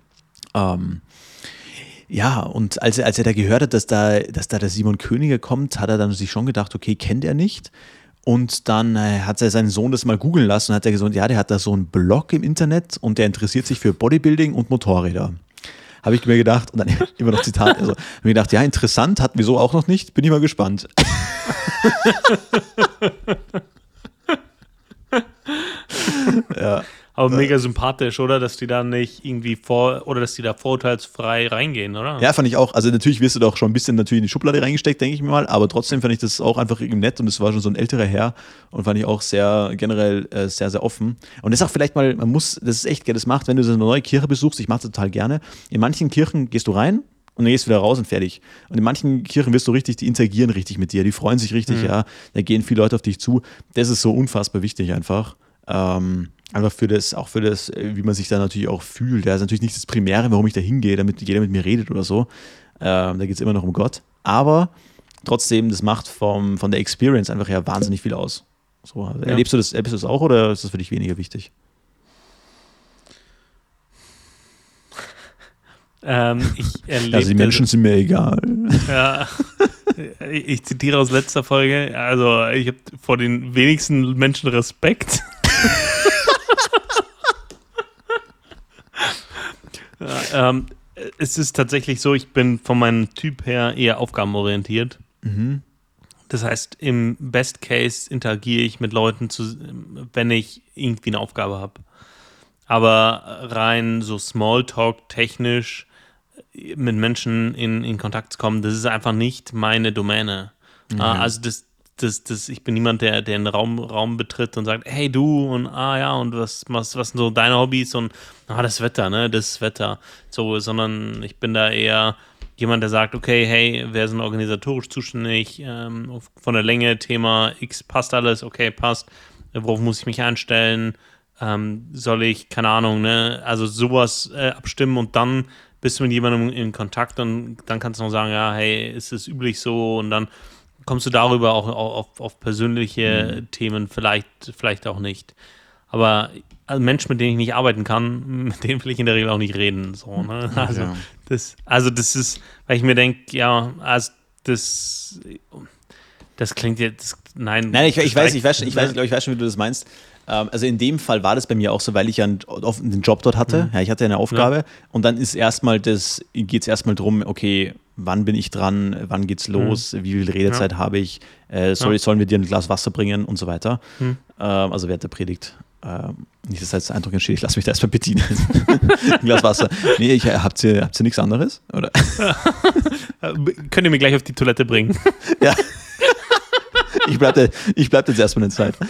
Ja, und als er da gehört hat, dass da der Simon Königer kommt, hat er dann sich schon gedacht, okay, kennt er nicht. Und dann hat er seinen Sohn das mal googeln lassen und hat er gesagt, ja, der hat da so einen Blog im Internet und der interessiert sich für Bodybuilding und Motorräder. Habe ich mir gedacht, und dann immer noch Zitat, also habe mir gedacht, ja, interessant, hatten wir so auch noch nicht, bin ich mal gespannt. Ja. Aber mega sympathisch, oder? Dass die da nicht irgendwie dass die da vorurteilsfrei reingehen, oder? Ja, fand ich auch. Also natürlich wirst du doch schon ein bisschen natürlich in die Schublade reingesteckt, denke ich mir mal, aber trotzdem fand ich das auch einfach irgendwie nett und es war schon so ein älterer Herr und fand ich auch sehr, generell sehr, sehr offen. Und das ist auch vielleicht mal, das ist echt, das macht, wenn du so eine neue Kirche besuchst, ich mache das total gerne, in manchen Kirchen gehst du rein und dann gehst du wieder raus und fertig. Und in manchen Kirchen wirst du richtig, die interagieren richtig mit dir, die freuen sich richtig, ja, da gehen viele Leute auf dich zu. Das ist so unfassbar wichtig einfach. Einfach für das, wie man sich da natürlich auch fühlt. Das ist natürlich nicht das Primäre, warum ich da hingehe, damit jeder mit mir redet oder so. Da geht es immer noch um Gott. Aber trotzdem, das macht von der Experience einfach ja wahnsinnig viel aus. So, also erlebst du das auch oder ist das für dich weniger wichtig? Also die Menschen sind mir egal. Ja. Ich zitiere aus letzter Folge, also ich habe vor den wenigsten Menschen Respekt. Es ist tatsächlich so, ich bin von meinem Typ her eher aufgabenorientiert. Mhm. Das heißt, im Best Case interagiere ich mit Leuten, wenn ich irgendwie eine Aufgabe habe. Aber rein so Smalltalk technisch mit Menschen in Kontakt zu kommen, das ist einfach nicht meine Domäne. Mhm. Also ich bin niemand, der einen Raum betritt und sagt, hey du und und was sind so deine Hobbys und das Wetter, ne, das Wetter. So, sondern ich bin da eher jemand, der sagt, okay, hey, wer ist denn organisatorisch zuständig, von der Länge, Thema X passt alles, okay, passt, worauf muss ich mich einstellen, soll ich, keine Ahnung, ne, also sowas abstimmen und dann bist du mit jemandem in Kontakt und dann kannst du noch sagen, ja, hey, ist es üblich so und dann kommst du darüber auch auf persönliche Themen, vielleicht auch nicht. Aber ein Mensch, mit dem ich nicht arbeiten kann, mit dem will ich in der Regel auch nicht reden. So, ne? Das ist, weil ich mir denke, ja, also das klingt jetzt, nein. Nein, ich weiß schon, wie du das meinst. Also in dem Fall war das bei mir auch so, weil ich ja den Job dort hatte. Ja, ich hatte eine Aufgabe und dann geht es erstmal drum, okay, wann bin ich dran, wann geht's los, wie viel Redezeit habe ich, sollen wir dir ein Glas Wasser bringen und so weiter. Also während der Predigt. Nicht, dass jetzt der Eindruck entsteht, ich lasse mich da erstmal bedienen. Ein Glas Wasser. Nee, habt ihr nichts anderes? Oder? Könnt ihr mir gleich auf die Toilette bringen? Ja. Ich bleib jetzt erstmal in der Zeit.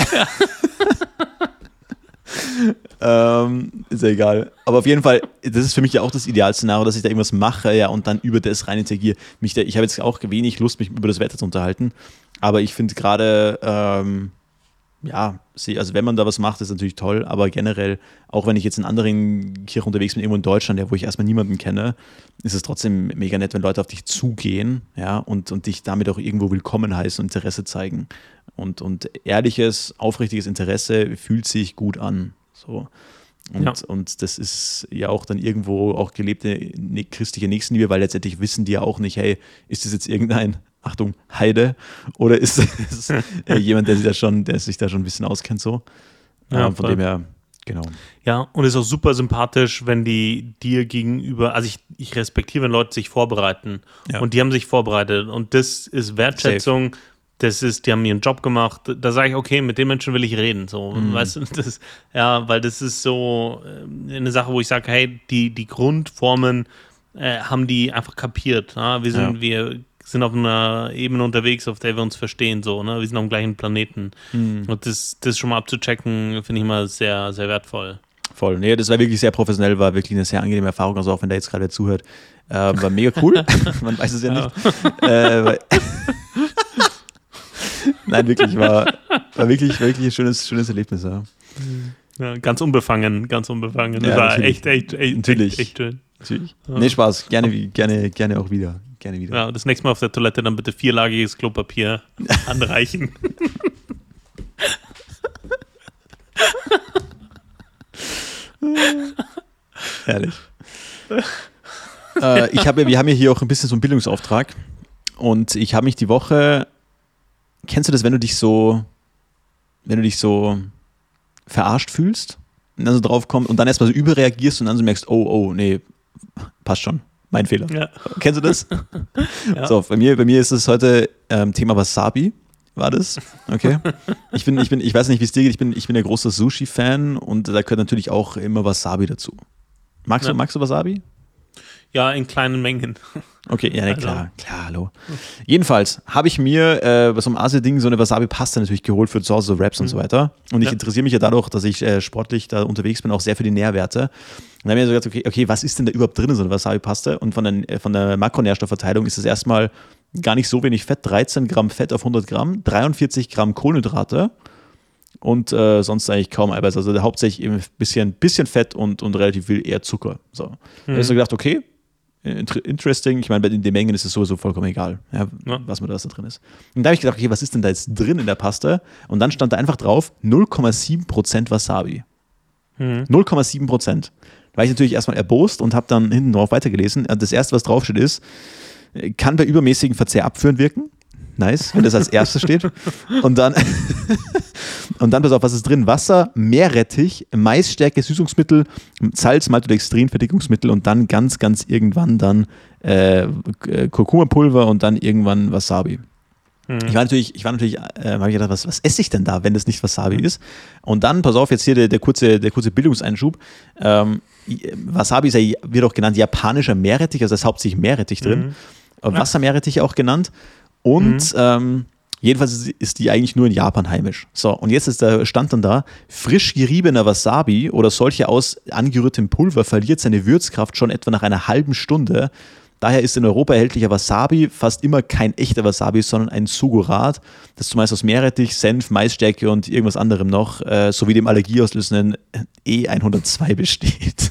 Ist ja egal. Aber auf jeden Fall, das ist für mich ja auch das Idealszenario, dass ich da irgendwas mache, ja, und dann über das rein interagiere. Ich habe jetzt auch wenig Lust, mich über das Wetter zu unterhalten. Aber ich finde gerade, ja, also wenn man da was macht, ist natürlich toll, aber generell, auch wenn ich jetzt in anderen Kirchen unterwegs bin, irgendwo in Deutschland, ja, wo ich erstmal niemanden kenne, ist es trotzdem mega nett, wenn Leute auf dich zugehen, ja, und dich damit auch irgendwo willkommen heißen und Interesse zeigen. Und ehrliches, aufrichtiges Interesse fühlt sich gut an. So. Und das ist ja auch dann irgendwo auch gelebte christliche Nächstenliebe, weil letztendlich wissen die ja auch nicht, hey, ist das jetzt irgendein, Achtung, Heide, oder ist es jemand, der sich da schon ein bisschen auskennt so? Ja, von dem her, genau. Ja, und ist auch super sympathisch, wenn die dir gegenüber, also ich respektiere, wenn Leute sich vorbereiten. Ja. Und die haben sich vorbereitet. Und das ist Wertschätzung. Safe. Die haben ihren Job gemacht. Da sage ich, okay, mit den Menschen will ich reden. So, weißt du, weil das ist so eine Sache, wo ich sage, hey, die Grundformen haben die einfach kapiert. Ja? Wir sind auf einer Ebene unterwegs, auf der wir uns verstehen. So, ne? Wir sind auf dem gleichen Planeten. Und das schon mal abzuchecken, finde ich immer sehr, sehr wertvoll. Voll. Nee, das war wirklich sehr professionell, war wirklich eine sehr angenehme Erfahrung. Also auch wenn der jetzt gerade zuhört, war mega cool. Man weiß es ja nicht. Nein, wirklich, war wirklich ein schönes Erlebnis, ja. Ja, ganz unbefangen. Das ja, war echt schön. Natürlich. Ja. Nee, Spaß. Gerne auch wieder. Gerne wieder. Ja, das nächste Mal auf der Toilette dann bitte 4-lagiges Klopapier anreichen. Herrlich. Wir haben ja hier auch ein bisschen so einen Bildungsauftrag und ich habe mich die Woche, kennst du das, wenn du dich so verarscht fühlst und dann so drauf kommst und dann erstmal so überreagierst und dann so merkst, oh, nee, passt schon, mein Fehler. Ja. Kennst du das? Ja. So, bei mir ist es heute Thema Wasabi, war das? Okay. Ich weiß nicht, wie es dir geht, ich bin ein großer Sushi-Fan und da gehört natürlich auch immer Wasabi dazu. Magst du Wasabi? Ja, in kleinen Mengen. Okay, ja, klar, hallo. Jedenfalls habe ich mir bei so einem Asi-Ding so eine Wasabi-Paste natürlich geholt für zu Hause, so Wraps und so weiter. Und ich interessiere mich ja dadurch, dass ich sportlich da unterwegs bin, auch sehr für die Nährwerte. Und dann habe ich mir so gedacht, okay, was ist denn da überhaupt drin in so einer Wasabi-Paste? Und von der Makronährstoffverteilung ist es erstmal gar nicht so wenig Fett, 13 Gramm Fett auf 100 Gramm, 43 Gramm Kohlenhydrate und sonst eigentlich kaum Eiweiß. Also hauptsächlich eben ein bisschen Fett und relativ viel eher Zucker. So. Da habe ich so gedacht, okay, interesting. Ich meine, bei den Mengen ist es sowieso vollkommen egal, was da drin ist. Und da habe ich gedacht, okay, was ist denn da jetzt drin in der Paste? Und dann stand da einfach drauf 0,7% Wasabi. 0,7%. Da war ich natürlich erstmal erbost und habe dann hinten drauf weitergelesen. Das erste, was draufsteht, ist, kann bei übermäßigem Verzehr abführend wirken. Nice, wenn das als erstes steht. Und dann, pass auf, was ist drin? Wasser, Meerrettich, Maisstärke, Süßungsmittel, Salz, Maltodextrin, Verdickungsmittel und dann ganz irgendwann dann Kurkuma-Pulver und dann irgendwann Wasabi. Ich war natürlich, habe ich gedacht, was esse ich denn da, wenn das nicht Wasabi ist? Und dann, pass auf, jetzt hier der kurze Bildungseinschub. Wasabi wird auch genannt japanischer Meerrettich, also da ist hauptsächlich Meerrettich drin. Wassermeerrettich auch genannt. Und jedenfalls ist die eigentlich nur in Japan heimisch. So, und jetzt stand dann da, frisch geriebener Wasabi oder solche aus angerührtem Pulver verliert seine Würzkraft schon etwa nach einer halben Stunde. Daher ist in Europa erhältlicher Wasabi fast immer kein echter Wasabi, sondern ein Sugorat, das zumeist aus Meerrettich, Senf, Maisstärke und irgendwas anderem noch, sowie dem allergieauslösenden E102 besteht.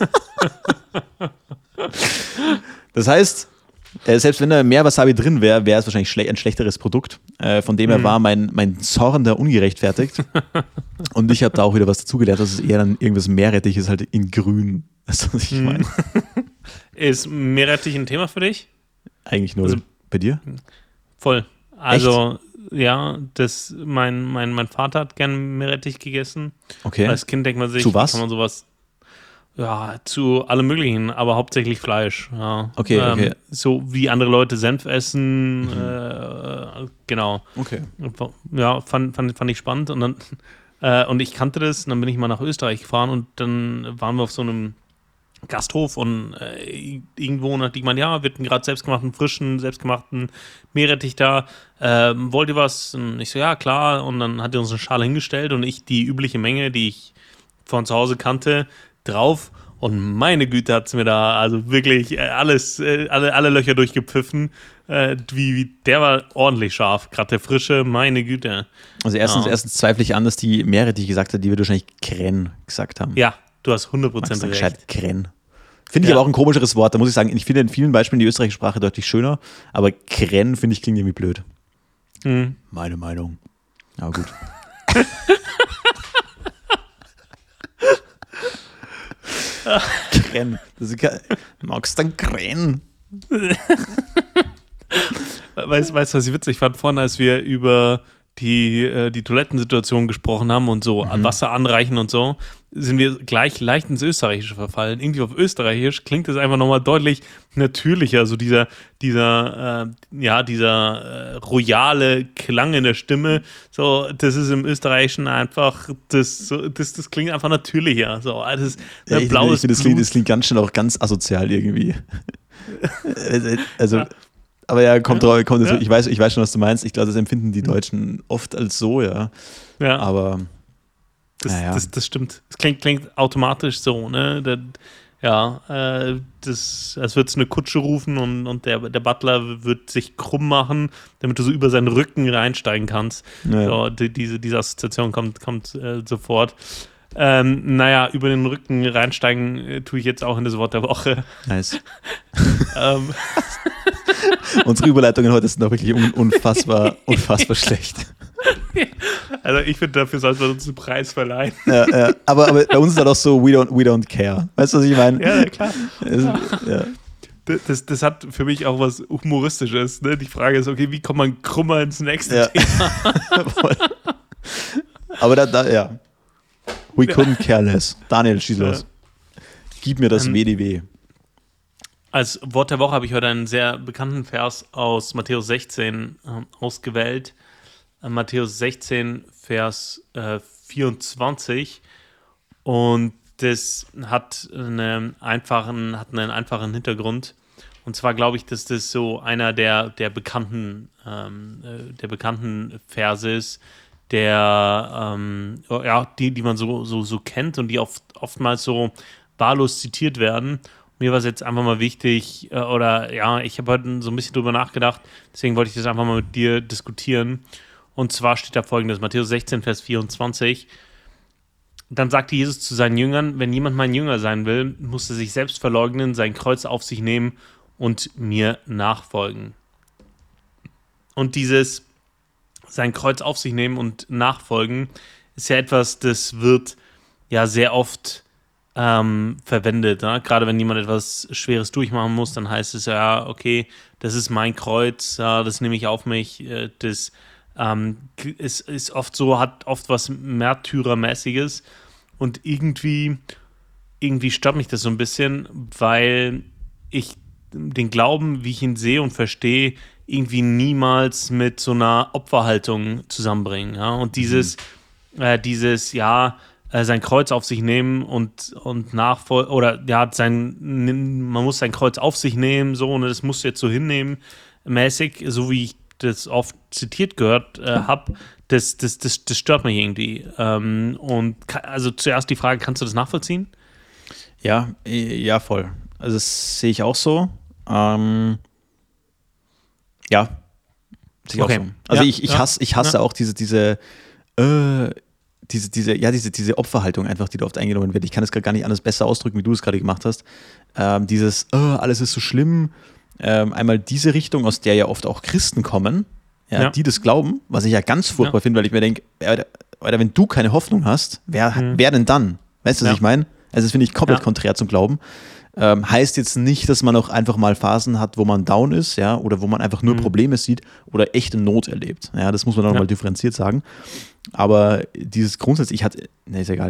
Das heißt, selbst wenn da mehr Wasabi drin wäre, wäre es wahrscheinlich ein schlechteres Produkt. Von dem her war mein Zorn da ungerechtfertigt. Und ich habe da auch wieder was dazugelernt, dass es eher dann irgendwas Meerrettich ist, halt in grün. Das ist, was ich meine. Ist Meerrettich ein Thema für dich? Eigentlich nur. Also, bei dir? Voll. Also, echt? Ja, mein Vater hat gern Meerrettich gegessen. Okay. Als Kind denkt man sich, zu was? Kann man sowas. Ja, zu allem Möglichen, aber hauptsächlich Fleisch. Ja. Okay. So wie andere Leute Senf essen, genau. Okay. Ja, fand ich spannend. Und dann und ich kannte das, und dann bin ich mal nach Österreich gefahren und dann waren wir auf so einem Gasthof und irgendwo und hat die gemeint, ja, wir hatten gerade selbstgemachten Meerrettich da. Wollt ihr was? Und ich so, ja, klar. Und dann hat er uns eine Schale hingestellt und ich die übliche Menge, die ich von zu Hause kannte, drauf Und meine Güte hat es mir da also wirklich alle Löcher durchgepfiffen. Der war ordentlich scharf. Gerade der frische, meine Güte. Also erstens zweifle ich an, dass die Meere, die ich gesagt habe, die wir wahrscheinlich Kren gesagt haben. Ja, du hast 100% recht. Kren. Finde ich aber auch ein komischeres Wort. Da muss ich sagen, ich finde in vielen Beispielen die österreichische Sprache deutlich schöner, aber Kren, finde ich, klingt irgendwie blöd. Meine Meinung. Aber gut. Kren. Magst du dann Kren? Weißt du, was ich witzig fand? Vorhin, als wir über die Toilettensituation gesprochen haben und so Wasser anreichen und so, sind wir gleich leicht ins Österreichische verfallen. Irgendwie auf Österreichisch klingt es einfach nochmal deutlich natürlicher, so dieser royale Klang in der Stimme. So, das ist im Österreichischen einfach, das klingt einfach natürlicher. So, das ist blaues Blut. Das klingt ganz schnell auch ganz asozial irgendwie. Also. Aber ja, kommt drauf. Ja. Ich weiß schon, was du meinst. Ich glaube, das empfinden die Deutschen oft als so, ja. Ja. Aber das stimmt. Es klingt automatisch so, ne? Als würdest du eine Kutsche rufen und der Butler wird sich krumm machen, damit du so über seinen Rücken reinsteigen kannst. Ja. So, diese Assoziation kommt sofort. Über den Rücken reinsteigen tue ich jetzt auch in das Wort der Woche. Nice. Unsere Überleitungen heute sind doch wirklich unfassbar schlecht. Also ich finde, dafür sollten wir uns einen Preis verleihen. Ja, aber bei uns ist das auch so, we don't care. Weißt du, was ich meine? Ja, klar. Ja. Das hat für mich auch was Humoristisches. Ne? Die Frage ist, okay, wie kommt man krummer ins nächste Thema? Aber ja. We couldn't care less. Daniel, schieß los. Gib mir das WDW. Als Wort der Woche habe ich heute einen sehr bekannten Vers aus Matthäus 16 ausgewählt. Matthäus 16, Vers 24. Und das hat einen einfachen Hintergrund. Und zwar glaube ich, dass das so einer der bekannten Verse ist, die man so kennt und die oftmals so wahllos zitiert werden. Mir war es jetzt einfach mal wichtig, ich habe heute so ein bisschen drüber nachgedacht, deswegen wollte ich das einfach mal mit dir diskutieren. Und zwar steht da folgendes, Matthäus 16, Vers 24. Dann sagte Jesus zu seinen Jüngern, wenn jemand mein Jünger sein will, muss er sich selbst verleugnen, sein Kreuz auf sich nehmen und mir nachfolgen. Und dieses sein Kreuz auf sich nehmen und nachfolgen ist ja etwas, das wird ja sehr oft verwendet. Ne? Gerade wenn jemand etwas Schweres durchmachen muss, dann heißt es ja, okay, das ist mein Kreuz, das nehme ich auf mich. Das ist oft so, hat oft was Märtyrermäßiges und irgendwie stört mich das so ein bisschen, weil ich den Glauben, wie ich ihn sehe und verstehe, irgendwie niemals mit so einer Opferhaltung zusammenbringen. Ja? Und sein Kreuz auf sich nehmen und nachfolgen, oder ja, man muss sein Kreuz auf sich nehmen, so, und das musst du jetzt so hinnehmen, mäßig, so wie ich das oft zitiert gehört habe, das stört mich irgendwie. Also zuerst die Frage, kannst du das nachvollziehen? Ja, voll. Also das sehe ich auch so. Ja, sehe ich auch so. Also ich hasse auch diese Opferhaltung einfach, die da oft eingenommen wird. Ich kann es gerade gar nicht anders besser ausdrücken, wie du es gerade gemacht hast. Alles ist so schlimm. Einmal diese Richtung, aus der ja oft auch Christen kommen, die das glauben, was ich ja ganz furchtbar finde, weil ich mir denke, wenn du keine Hoffnung hast, wer denn dann? Weißt du, was ich meine? Also das finde ich komplett konträr zum Glauben. Heißt jetzt nicht, dass man auch einfach mal Phasen hat, wo man down ist, ja, oder wo man einfach nur Probleme sieht oder echte Not erlebt. Ja, das muss man dann mal differenziert sagen. Aber dieses grundsätzlich ist egal.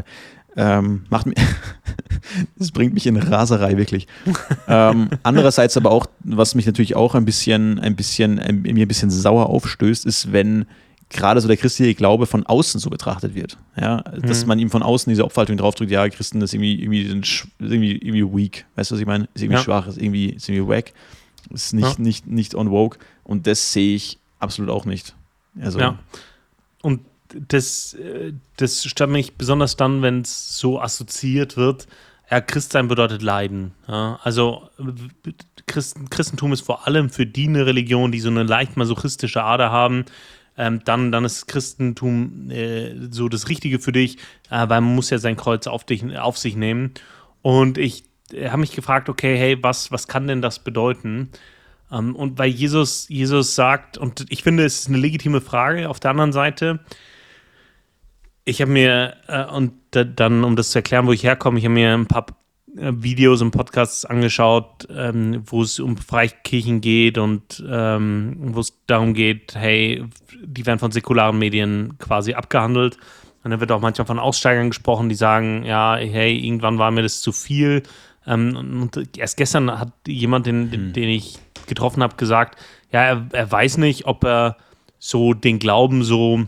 Das bringt mich in Raserei, wirklich. Andererseits aber auch, was mich natürlich auch mir ein bisschen sauer aufstößt, ist, wenn gerade so der christliche Glaube von außen so betrachtet wird. Ja? Dass man ihm von außen diese Opferhaltung draufdrückt, ja, Christen ist irgendwie weak. Weißt du, was ich meine? Ist irgendwie schwach, ist irgendwie wack. Ist nicht on woke. Und das sehe ich absolut auch nicht. Also, ja. Und das stört mich besonders dann, wenn es so assoziiert wird, ja, Christsein bedeutet Leiden. Ja? Also Christentum ist vor allem für die eine Religion, die so eine leicht masochistische Ader haben. Dann ist Christentum so das Richtige für dich, weil man muss ja sein Kreuz auf sich nehmen. Und ich habe mich gefragt, okay, hey, was kann denn das bedeuten? Und weil Jesus sagt, und ich finde, es ist eine legitime Frage, auf der anderen Seite, ich habe mir, dann, um das zu erklären, wo ich herkomme, ich habe mir ein paar Videos und Podcasts angeschaut, wo es um Freikirchen geht und wo es darum geht, hey, die werden von säkularen Medien quasi abgehandelt. Und dann wird auch manchmal von Aussteigern gesprochen, die sagen, ja, hey, irgendwann war mir das zu viel. Und erst gestern hat jemand, den ich getroffen habe, gesagt, ja, er weiß nicht, ob er so den Glauben so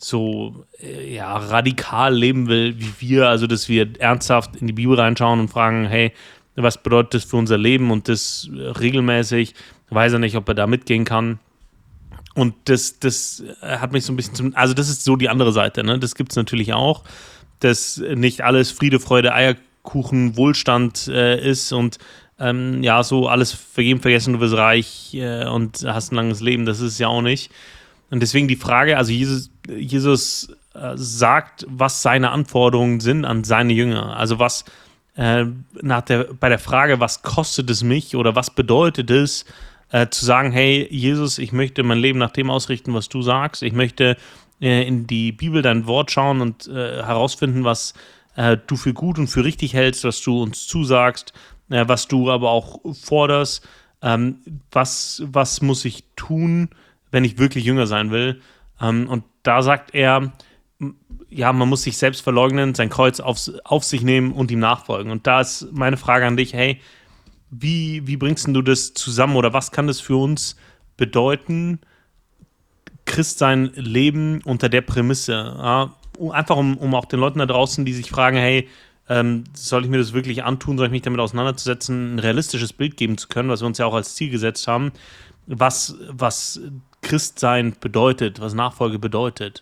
radikal leben will wie wir, also dass wir ernsthaft in die Bibel reinschauen und fragen, hey, was bedeutet das für unser Leben und das regelmäßig, weiß er nicht, ob er da mitgehen kann. Und das hat mich so ein bisschen also das ist so die andere Seite, ne? Das gibt es natürlich auch, dass nicht alles Friede, Freude, Eierkuchen, Wohlstand ist und so alles vergeben, vergessen, du wirst reich und hast ein langes Leben, das ist es ja auch nicht. Und deswegen die Frage, also Jesus sagt, was seine Anforderungen sind an seine Jünger. Also was bei der Frage, was kostet es mich oder was bedeutet es, zu sagen, hey Jesus, ich möchte mein Leben nach dem ausrichten, was du sagst. Ich möchte in die Bibel, dein Wort schauen und herausfinden, was du für gut und für richtig hältst, was du uns zusagst, was du aber auch forderst. Was muss ich tun, wenn ich wirklich Jünger sein will? Und da sagt er, ja, man muss sich selbst verleugnen, sein Kreuz auf sich nehmen und ihm nachfolgen. Und da ist meine Frage an dich, hey, wie bringst du das zusammen oder was kann das für uns bedeuten, Christsein leben unter der Prämisse? Ja? Einfach um auch den Leuten da draußen, die sich fragen, hey, soll ich mir das wirklich antun, soll ich mich damit auseinanderzusetzen, ein realistisches Bild geben zu können, was wir uns ja auch als Ziel gesetzt haben, was Christsein bedeutet, was Nachfolge bedeutet.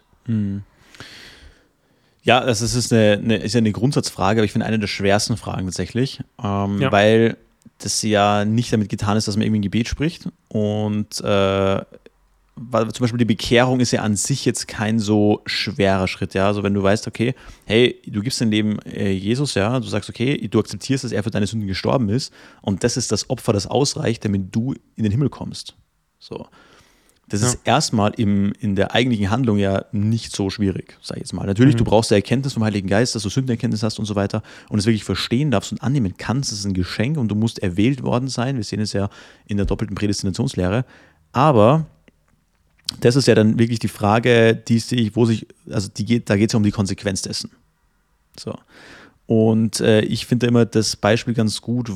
Ja, das ist ja eine Grundsatzfrage, aber ich finde eine der schwersten Fragen tatsächlich, weil das ja nicht damit getan ist, dass man irgendwie ein Gebet spricht und weil zum Beispiel die Bekehrung ist ja an sich jetzt kein so schwerer Schritt, ja, also wenn du weißt, okay, hey, du gibst dein Leben Jesus, ja, du sagst, okay, du akzeptierst, dass er für deine Sünden gestorben ist und das ist das Opfer, das ausreicht, damit du in den Himmel kommst, so. Das ist erstmal in der eigentlichen Handlung ja nicht so schwierig, sag ich jetzt mal. Natürlich, du brauchst die Erkenntnis vom Heiligen Geist, dass du Sündenerkenntnis hast und so weiter und es wirklich verstehen darfst und annehmen kannst, das ist ein Geschenk und du musst erwählt worden sein. Wir sehen es ja in der doppelten Prädestinationslehre. Aber das ist ja dann wirklich die Frage, da geht es ja um die Konsequenz dessen. So. Und ich finde immer das Beispiel ganz gut,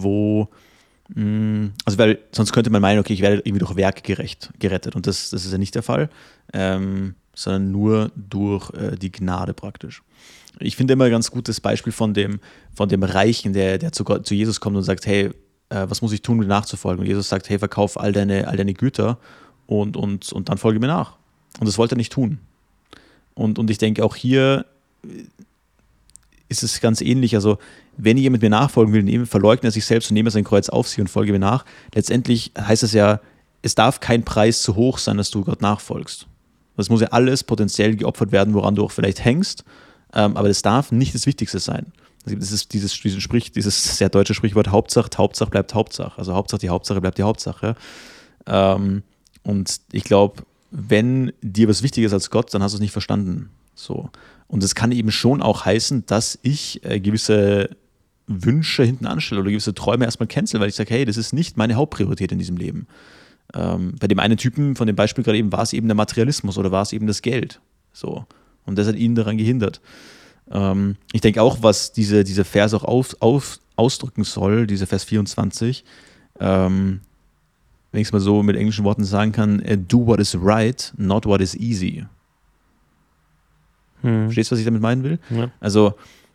weil sonst könnte man meinen, okay, ich werde irgendwie durch Werk gerettet und das ist ja nicht der Fall, sondern nur durch die Gnade praktisch. Ich finde immer ganz gut das Beispiel von dem Reichen, der zu Jesus kommt und sagt, hey, was muss ich tun, um dir nachzufolgen? Und Jesus sagt, hey, verkauf all deine Güter und dann folge mir nach. Und das wollte er nicht tun. Und ich denke, auch hier ist es ganz ähnlich. Also, wenn jemand mir nachfolgen will, verleugnet er sich selbst und nehme sein Kreuz auf sich und folge mir nach. Letztendlich heißt es ja, es darf kein Preis zu hoch sein, dass du Gott nachfolgst. Das muss ja alles potenziell geopfert werden, woran du auch vielleicht hängst, aber das darf nicht das Wichtigste sein. Das ist dieses sehr deutsche Sprichwort, Hauptsache bleibt Hauptsache. Also Hauptsache die Hauptsache bleibt die Hauptsache. Und ich glaube, wenn dir was wichtiger ist als Gott, dann hast du es nicht verstanden. So. Und es kann eben schon auch heißen, dass ich gewisse Wünsche hinten anstelle oder gewisse Träume erstmal cancel, weil ich sage, hey, das ist nicht meine Hauptpriorität in diesem Leben. Bei dem einen Typen von dem Beispiel gerade eben war es eben der Materialismus oder war es eben das Geld. So. Und das hat ihn daran gehindert. Ich denke auch, was diese Vers auch ausdrücken soll, dieser Vers 24, wenn ich es mal so mit englischen Worten sagen kann, do what is right, not what is easy. Verstehst du, was ich damit meinen will? Ja. Also,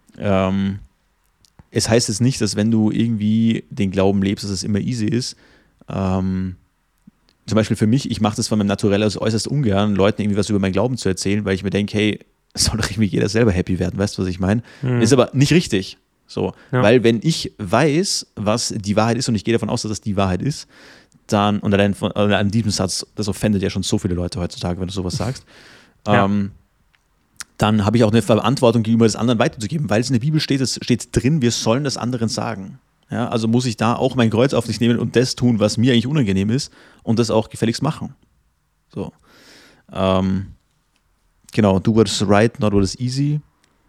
es heißt jetzt nicht, dass wenn du irgendwie den Glauben lebst, dass es immer easy ist. Zum Beispiel für mich, ich mache das von meinem Naturell aus äußerst ungern, Leuten irgendwie was über meinen Glauben zu erzählen, weil ich mir denke, hey, soll doch irgendwie jeder selber happy werden, weißt du, was ich meine? Ist aber nicht richtig. So, Ja. weil wenn ich weiß, was die Wahrheit ist und ich gehe davon aus, dass das die Wahrheit ist, dann, und an diesem Satz, das offendet ja schon so viele Leute heutzutage, wenn du sowas sagst, Ja. dann habe ich auch eine Verantwortung gegenüber des anderen weiterzugeben, weil es in der Bibel steht, es steht drin, wir sollen das anderen sagen. Ja, also muss ich da auch mein Kreuz auf sich nehmen und das tun, was mir eigentlich unangenehm ist und das auch gefälligst machen. So. Genau, do what is right, not what is easy.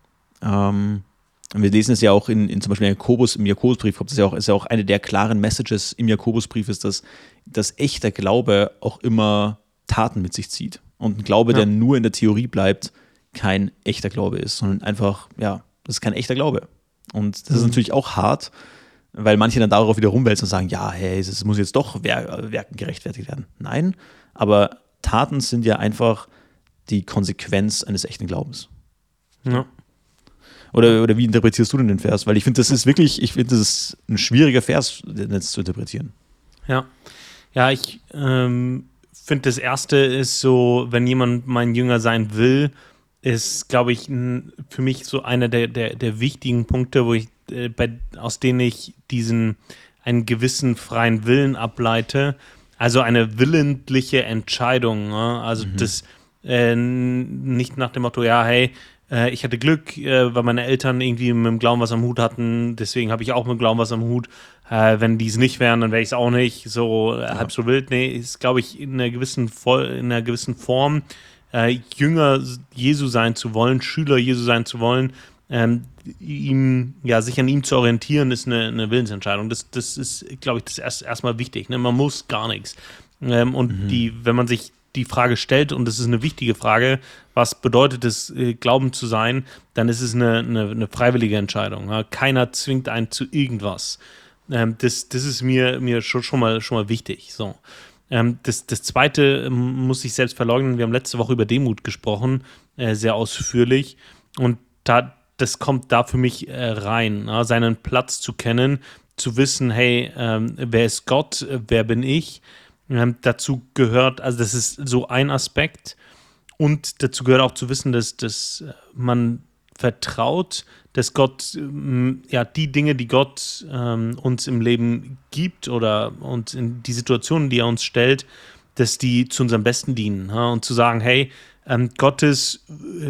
Wir lesen es ja auch in zum Beispiel im Jakobusbrief, ist ja auch eine der klaren Messages im Jakobusbrief, ist, dass echter Glaube auch immer Taten mit sich zieht. Und ein Glaube, der nur in der Theorie bleibt, kein echter Glaube ist, sondern einfach, ja, das ist kein echter Glaube. Und das ist natürlich auch hart, weil manche dann darauf wieder rumwälzen und sagen, ja, hey, es muss jetzt doch Werken gerechtfertigt werden. Nein, aber Taten sind ja einfach die Konsequenz eines echten Glaubens. Ja. Oder wie interpretierst du denn den Vers? Weil ich finde, das ist ein schwieriger Vers, jetzt zu interpretieren. Ja, ich finde, das Erste ist so, wenn jemand mein Jünger sein will, ist, glaube ich, für mich so einer der wichtigen Punkte, aus denen ich einen gewissen freien Willen ableite. Also eine willentliche Entscheidung. Ne? Also das nicht nach dem Motto, ja, hey, ich hatte Glück, weil meine Eltern irgendwie mit dem Glauben was am Hut hatten, deswegen habe ich auch mit dem Glauben was am Hut. Wenn die es nicht wären, dann wäre ich es auch nicht. So halb so wild. Nee, ist, glaube ich, in einer gewissen Form, Jünger Jesu sein zu wollen, Schüler Jesu sein zu wollen, sich an ihm zu orientieren, ist eine Willensentscheidung. Das ist, glaube ich, das erstmal wichtig. Ne? Man muss gar nichts. Wenn man sich die Frage stellt, und das ist eine wichtige Frage, was bedeutet es, Glauben zu sein, dann ist es eine freiwillige Entscheidung. Ja? Keiner zwingt einen zu irgendwas. Das ist mir schon mal wichtig. So. Das Zweite muss ich selbst verleugnen. Wir haben letzte Woche über Demut gesprochen, sehr ausführlich. Und das kommt da für mich rein, seinen Platz zu kennen, zu wissen, hey, wer ist Gott, wer bin ich? Dazu gehört, also das ist so ein Aspekt. Und dazu gehört auch zu wissen, dass man vertraut, dass Gott, die Dinge, die Gott uns im Leben gibt und in die Situationen, die er uns stellt, dass die zu unserem Besten dienen. Ja? Und zu sagen, hey, Gottes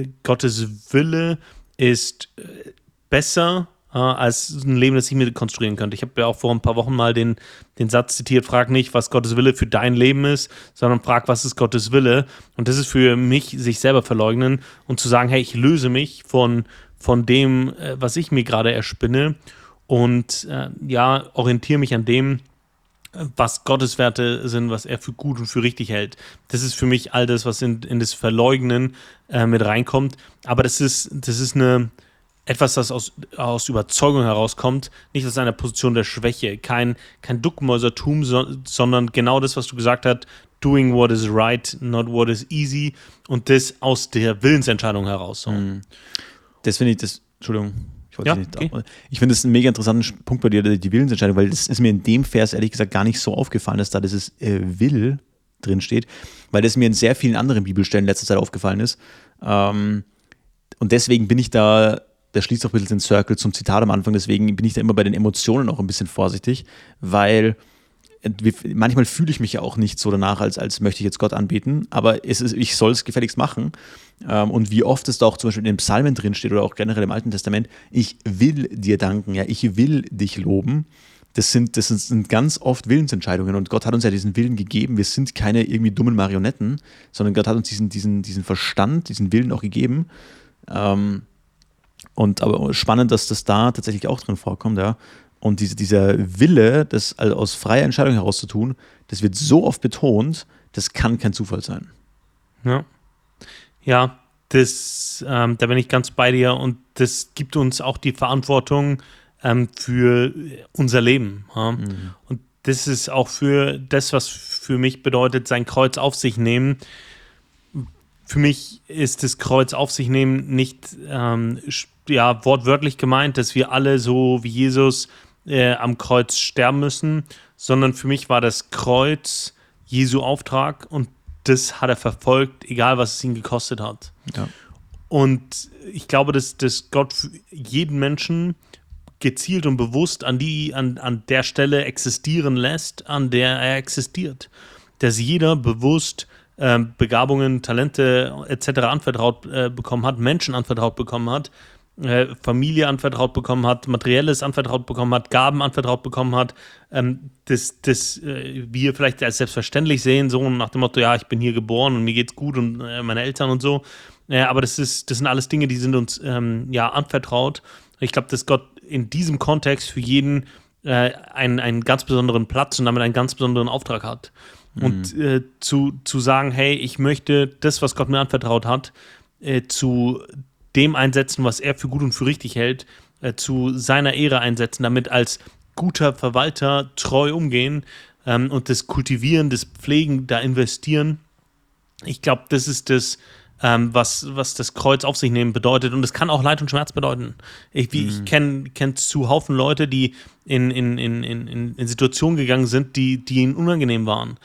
Wille ist besser als ein Leben, das ich mir konstruieren könnte. Ich habe ja auch vor ein paar Wochen mal den Satz zitiert, frag nicht, was Gottes Wille für dein Leben ist, sondern frag, was ist Gottes Wille? Und das ist für mich, sich selber verleugnen und zu sagen, hey, ich löse mich von dem, was ich mir gerade erspinne und orientiere mich an dem, was Gottes Werte sind, was er für gut und für richtig hält. Das ist für mich all das, was in das Verleugnen mit reinkommt. Aber das ist etwas, das aus Überzeugung herauskommt, nicht aus einer Position der Schwäche, kein Duckmäusertum, sondern genau das, was du gesagt hast, doing what is right, not what is easy, und das aus der Willensentscheidung heraus. So. Das finde ich, Entschuldigung, Okay. Ich finde das einen mega interessanten Punkt bei dir, die Willensentscheidung, weil das ist mir in dem Vers ehrlich gesagt gar nicht so aufgefallen, dass da dieses Will drin steht, weil das mir in sehr vielen anderen Bibelstellen in letzter Zeit aufgefallen ist. Und deswegen bin ich da schließt auch ein bisschen den Circle zum Zitat am Anfang, deswegen bin ich da immer bei den Emotionen auch ein bisschen vorsichtig, weil manchmal fühle ich mich ja auch nicht so danach, als möchte ich jetzt Gott anbeten, aber ich soll es gefälligst machen. Und wie oft es da auch zum Beispiel in den Psalmen drin steht oder auch generell im Alten Testament, ich will dir danken, ja, ich will dich loben. Das sind ganz oft Willensentscheidungen und Gott hat uns ja diesen Willen gegeben. Wir sind keine irgendwie dummen Marionetten, sondern Gott hat uns diesen Verstand, diesen Willen auch gegeben. Aber spannend, dass das da tatsächlich auch drin vorkommt, ja. Und dieser Wille, das also aus freier Entscheidung heraus zu tun, das wird so oft betont, das kann kein Zufall sein. Ja, da bin ich ganz bei dir und das gibt uns auch die Verantwortung für unser Leben. Ja? Und das ist auch für das, was für mich bedeutet, sein Kreuz auf sich nehmen. Für mich ist das Kreuz auf sich nehmen nicht wortwörtlich gemeint, dass wir alle so wie Jesus am Kreuz sterben müssen, sondern für mich war das Kreuz Jesu Auftrag und das hat er verfolgt, egal was es ihn gekostet hat. Ja. Und ich glaube, dass Gott für jeden Menschen gezielt und bewusst an der Stelle existieren lässt, an der er existiert. Dass jeder bewusst Begabungen, Talente etc. anvertraut bekommen hat, Menschen anvertraut bekommen hat, Familie anvertraut bekommen hat, Materielles anvertraut bekommen hat, Gaben anvertraut bekommen hat, das wir vielleicht als selbstverständlich sehen, so nach dem Motto, ja, ich bin hier geboren und mir geht's gut und meine Eltern und so. Aber das sind alles Dinge, die sind uns anvertraut. Ich glaube, dass Gott in diesem Kontext für jeden einen ganz besonderen Platz und damit einen ganz besonderen Auftrag hat. Und zu sagen, hey, ich möchte das, was Gott mir anvertraut hat, zu dem einsetzen, was er für gut und für richtig hält, zu seiner Ehre einsetzen, damit als guter Verwalter treu umgehen und das Kultivieren, das Pflegen, da investieren. Ich glaube, das ist das, was das Kreuz auf sich nehmen bedeutet. Und es kann auch Leid und Schmerz bedeuten. Ich kenn zuhaufen Leute, die in Situationen gegangen sind, die ihnen unangenehm waren.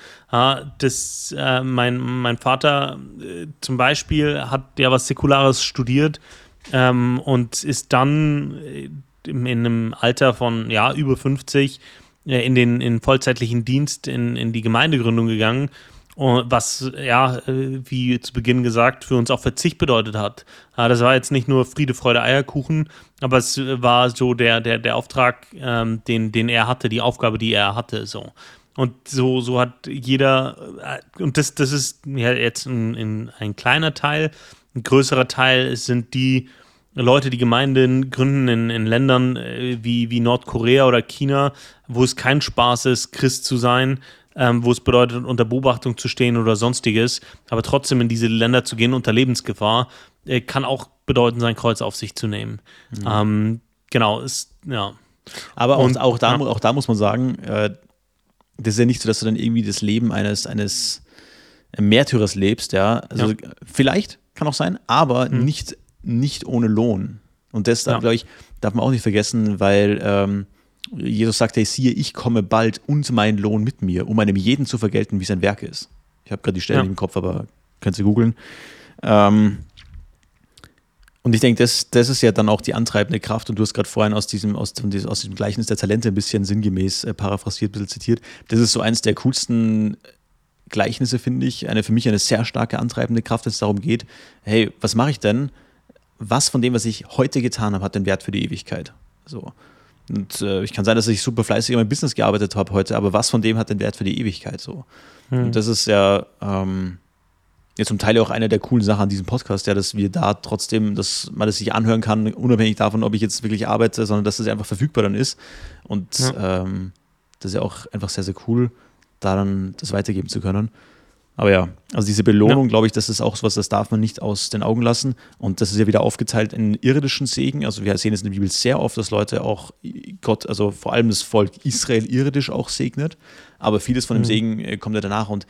Mein Vater zum Beispiel hat ja was Säkulares studiert und ist dann in einem Alter von über 50 in den vollzeitlichen Dienst in die Gemeindegründung gegangen. Was, wie zu Beginn gesagt, für uns auch Verzicht bedeutet hat. Das war jetzt nicht nur Friede, Freude, Eierkuchen, aber es war so der Auftrag, den er hatte, die Aufgabe, die er hatte. So. Und so hat jeder, und das ist ja jetzt ein kleiner Teil, ein größerer Teil sind die Leute, die Gemeinden gründen in Ländern wie Nordkorea oder China, wo es kein Spaß ist, Christ zu sein, wo es bedeutet, unter Beobachtung zu stehen oder sonstiges, aber trotzdem in diese Länder zu gehen unter Lebensgefahr, kann auch bedeuten, sein Kreuz auf sich zu nehmen. Genau, ja. Aber auch da muss man sagen, das ist ja nicht so, dass du dann irgendwie das Leben eines Märtyrers lebst, ja. Also vielleicht, kann auch sein, aber nicht ohne Lohn. Und das, glaube ich, darf man auch nicht vergessen, weil Jesus sagt, hey, siehe, ich komme bald und mein Lohn mit mir, um einem jeden zu vergelten, wie sein Werk ist. Ich habe gerade die Stelle im Kopf, aber könnt ihr googeln. Und ich denke, das ist ja dann auch die antreibende Kraft, und du hast gerade vorhin aus diesem Gleichnis der Talente ein bisschen sinngemäß paraphrasiert, ein bisschen zitiert. Das ist so eins der coolsten Gleichnisse, finde ich. Für mich eine sehr starke antreibende Kraft, wenn es darum geht, hey, was mache ich denn? Was von dem, was ich heute getan habe, hat den Wert für die Ewigkeit? So. Und ich kann sein, dass ich super fleißig in meinem Business gearbeitet habe heute, aber was von dem hat den Wert für die Ewigkeit? So. Und das ist ja jetzt zum Teil auch eine der coolen Sachen an diesem Podcast, ja, dass wir da trotzdem, dass man das sich anhören kann, unabhängig davon, ob ich jetzt wirklich arbeite, sondern dass es einfach verfügbar dann ist. Und das ist ja auch einfach sehr, sehr cool, da dann das weitergeben zu können. Aber ja, also diese Belohnung, glaube ich, das ist auch sowas, das darf man nicht aus den Augen lassen. Und das ist ja wieder aufgeteilt in irdischen Segen. Also wir sehen es in der Bibel sehr oft, dass Leute auch Gott, also vor allem das Volk Israel irdisch auch segnet. Aber vieles von dem Segen kommt ja danach. Und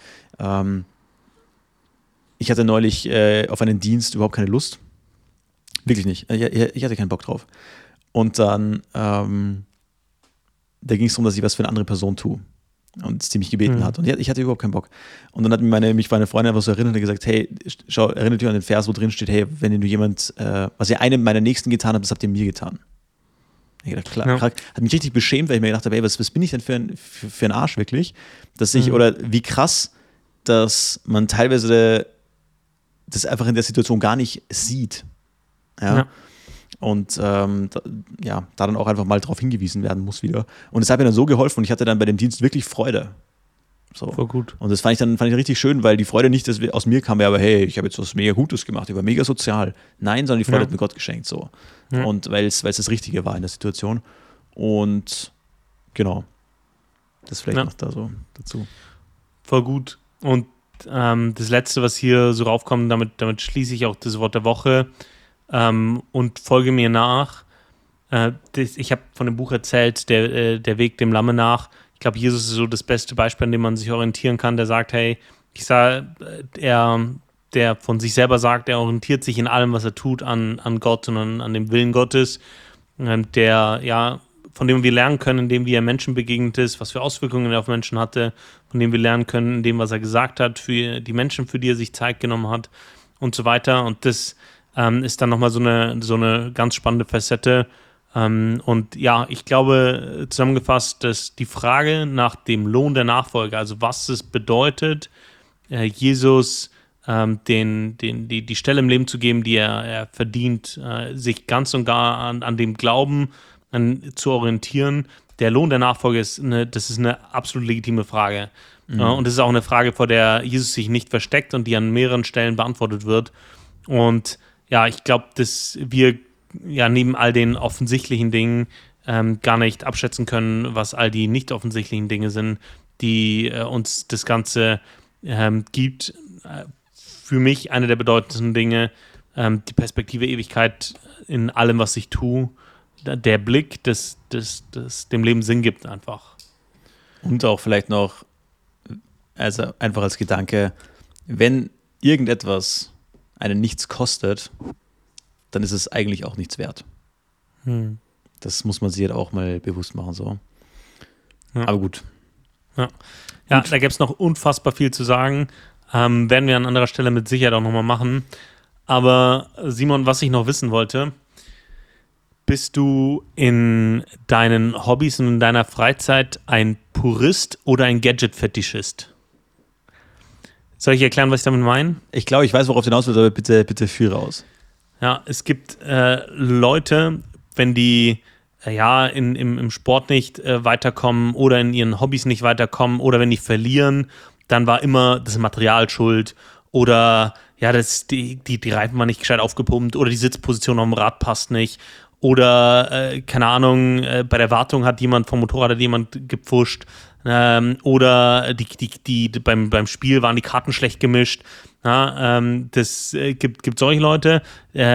ich hatte neulich auf einen Dienst überhaupt keine Lust. Wirklich nicht. Ich hatte keinen Bock drauf. Und dann da ging es darum, dass ich was für eine andere Person tue. Und sie mich gebeten hat. Und ich hatte überhaupt keinen Bock. Und dann hat mich meine Freundin einfach so erinnert und gesagt, hey, schau, erinnert dich an den Vers, wo drin steht, hey, wenn du was ihr einem meiner Nächsten getan habt, das habt ihr mir getan. Ich dachte, klar, hat mich richtig beschämt, weil ich mir gedacht habe, hey, was bin ich denn für ein Arsch wirklich? Oder wie krass, dass man teilweise das einfach in der Situation gar nicht sieht. Ja. Und da dann auch einfach mal drauf hingewiesen werden muss wieder. Und es hat mir dann so geholfen und ich hatte dann bei dem Dienst wirklich Freude. So. Voll gut. Und das fand ich richtig schön, weil die Freude nicht aus mir kam, aber hey, ich habe jetzt was mega Gutes gemacht, ich war mega sozial. Nein, sondern die Freude hat mir Gott geschenkt. So. Ja. Und weil es das Richtige war in der Situation. Und genau. Das vielleicht noch da so dazu. Voll gut. Und das Letzte, was hier so raufkommt, damit schließe ich auch das Wort der Woche. Und folge mir nach. Ich habe von dem Buch erzählt, der Weg dem Lamme nach. Ich glaube, Jesus ist so das beste Beispiel, an dem man sich orientieren kann. Der sagt, hey, der von sich selber sagt, er orientiert sich in allem, was er tut, an Gott und an dem Willen Gottes. Von dem wir lernen können, indem wie er Menschen begegnet ist, was für Auswirkungen er auf Menschen hatte, von dem wir lernen können, indem was er gesagt hat, für die Menschen, für die er sich Zeit genommen hat und so weiter. Und das ist dann nochmal so eine ganz spannende Facette, Und ja, ich glaube, zusammengefasst, dass die Frage nach dem Lohn der Nachfolge, also was es bedeutet, Jesus die Stelle im Leben zu geben, die er verdient, sich ganz und gar an dem Glauben zu orientieren. Der Lohn der Nachfolge das ist eine absolut legitime Frage. Und das ist auch eine Frage, vor der Jesus sich nicht versteckt und die an mehreren Stellen beantwortet wird. Und ja, ich glaube, dass wir ja neben all den offensichtlichen Dingen gar nicht abschätzen können, was all die nicht offensichtlichen Dinge sind, die uns das Ganze gibt. Für mich eine der bedeutendsten Dinge, die Perspektive Ewigkeit in allem, was ich tue, der Blick, das dem Leben Sinn gibt einfach. Und auch vielleicht noch, also einfach als Gedanke, wenn irgendetwas einen nichts kostet, dann ist es eigentlich auch nichts wert. Das muss man sich halt auch mal bewusst machen. So. Ja. Aber gut. Ja, da gäbe es noch unfassbar viel zu sagen. Werden wir an anderer Stelle mit Sicherheit auch nochmal machen. Aber Simon, was ich noch wissen wollte, bist du in deinen Hobbys und in deiner Freizeit ein Purist oder ein Gadget-Fetischist? Soll ich erklären, was ich damit meine? Ich glaube, ich weiß, worauf du hinaus willst, aber bitte führe aus. Ja, es gibt Leute, wenn die im Sport nicht weiterkommen oder in ihren Hobbys nicht weiterkommen oder wenn die verlieren, dann war immer das Material schuld oder ja, die Reifen waren nicht gescheit aufgepumpt oder die Sitzposition auf dem Rad passt nicht oder keine Ahnung, bei der Wartung hat jemand vom Motorrad gepfuscht oder beim Spiel waren die Karten schlecht gemischt. Ja, das gibt solche Leute,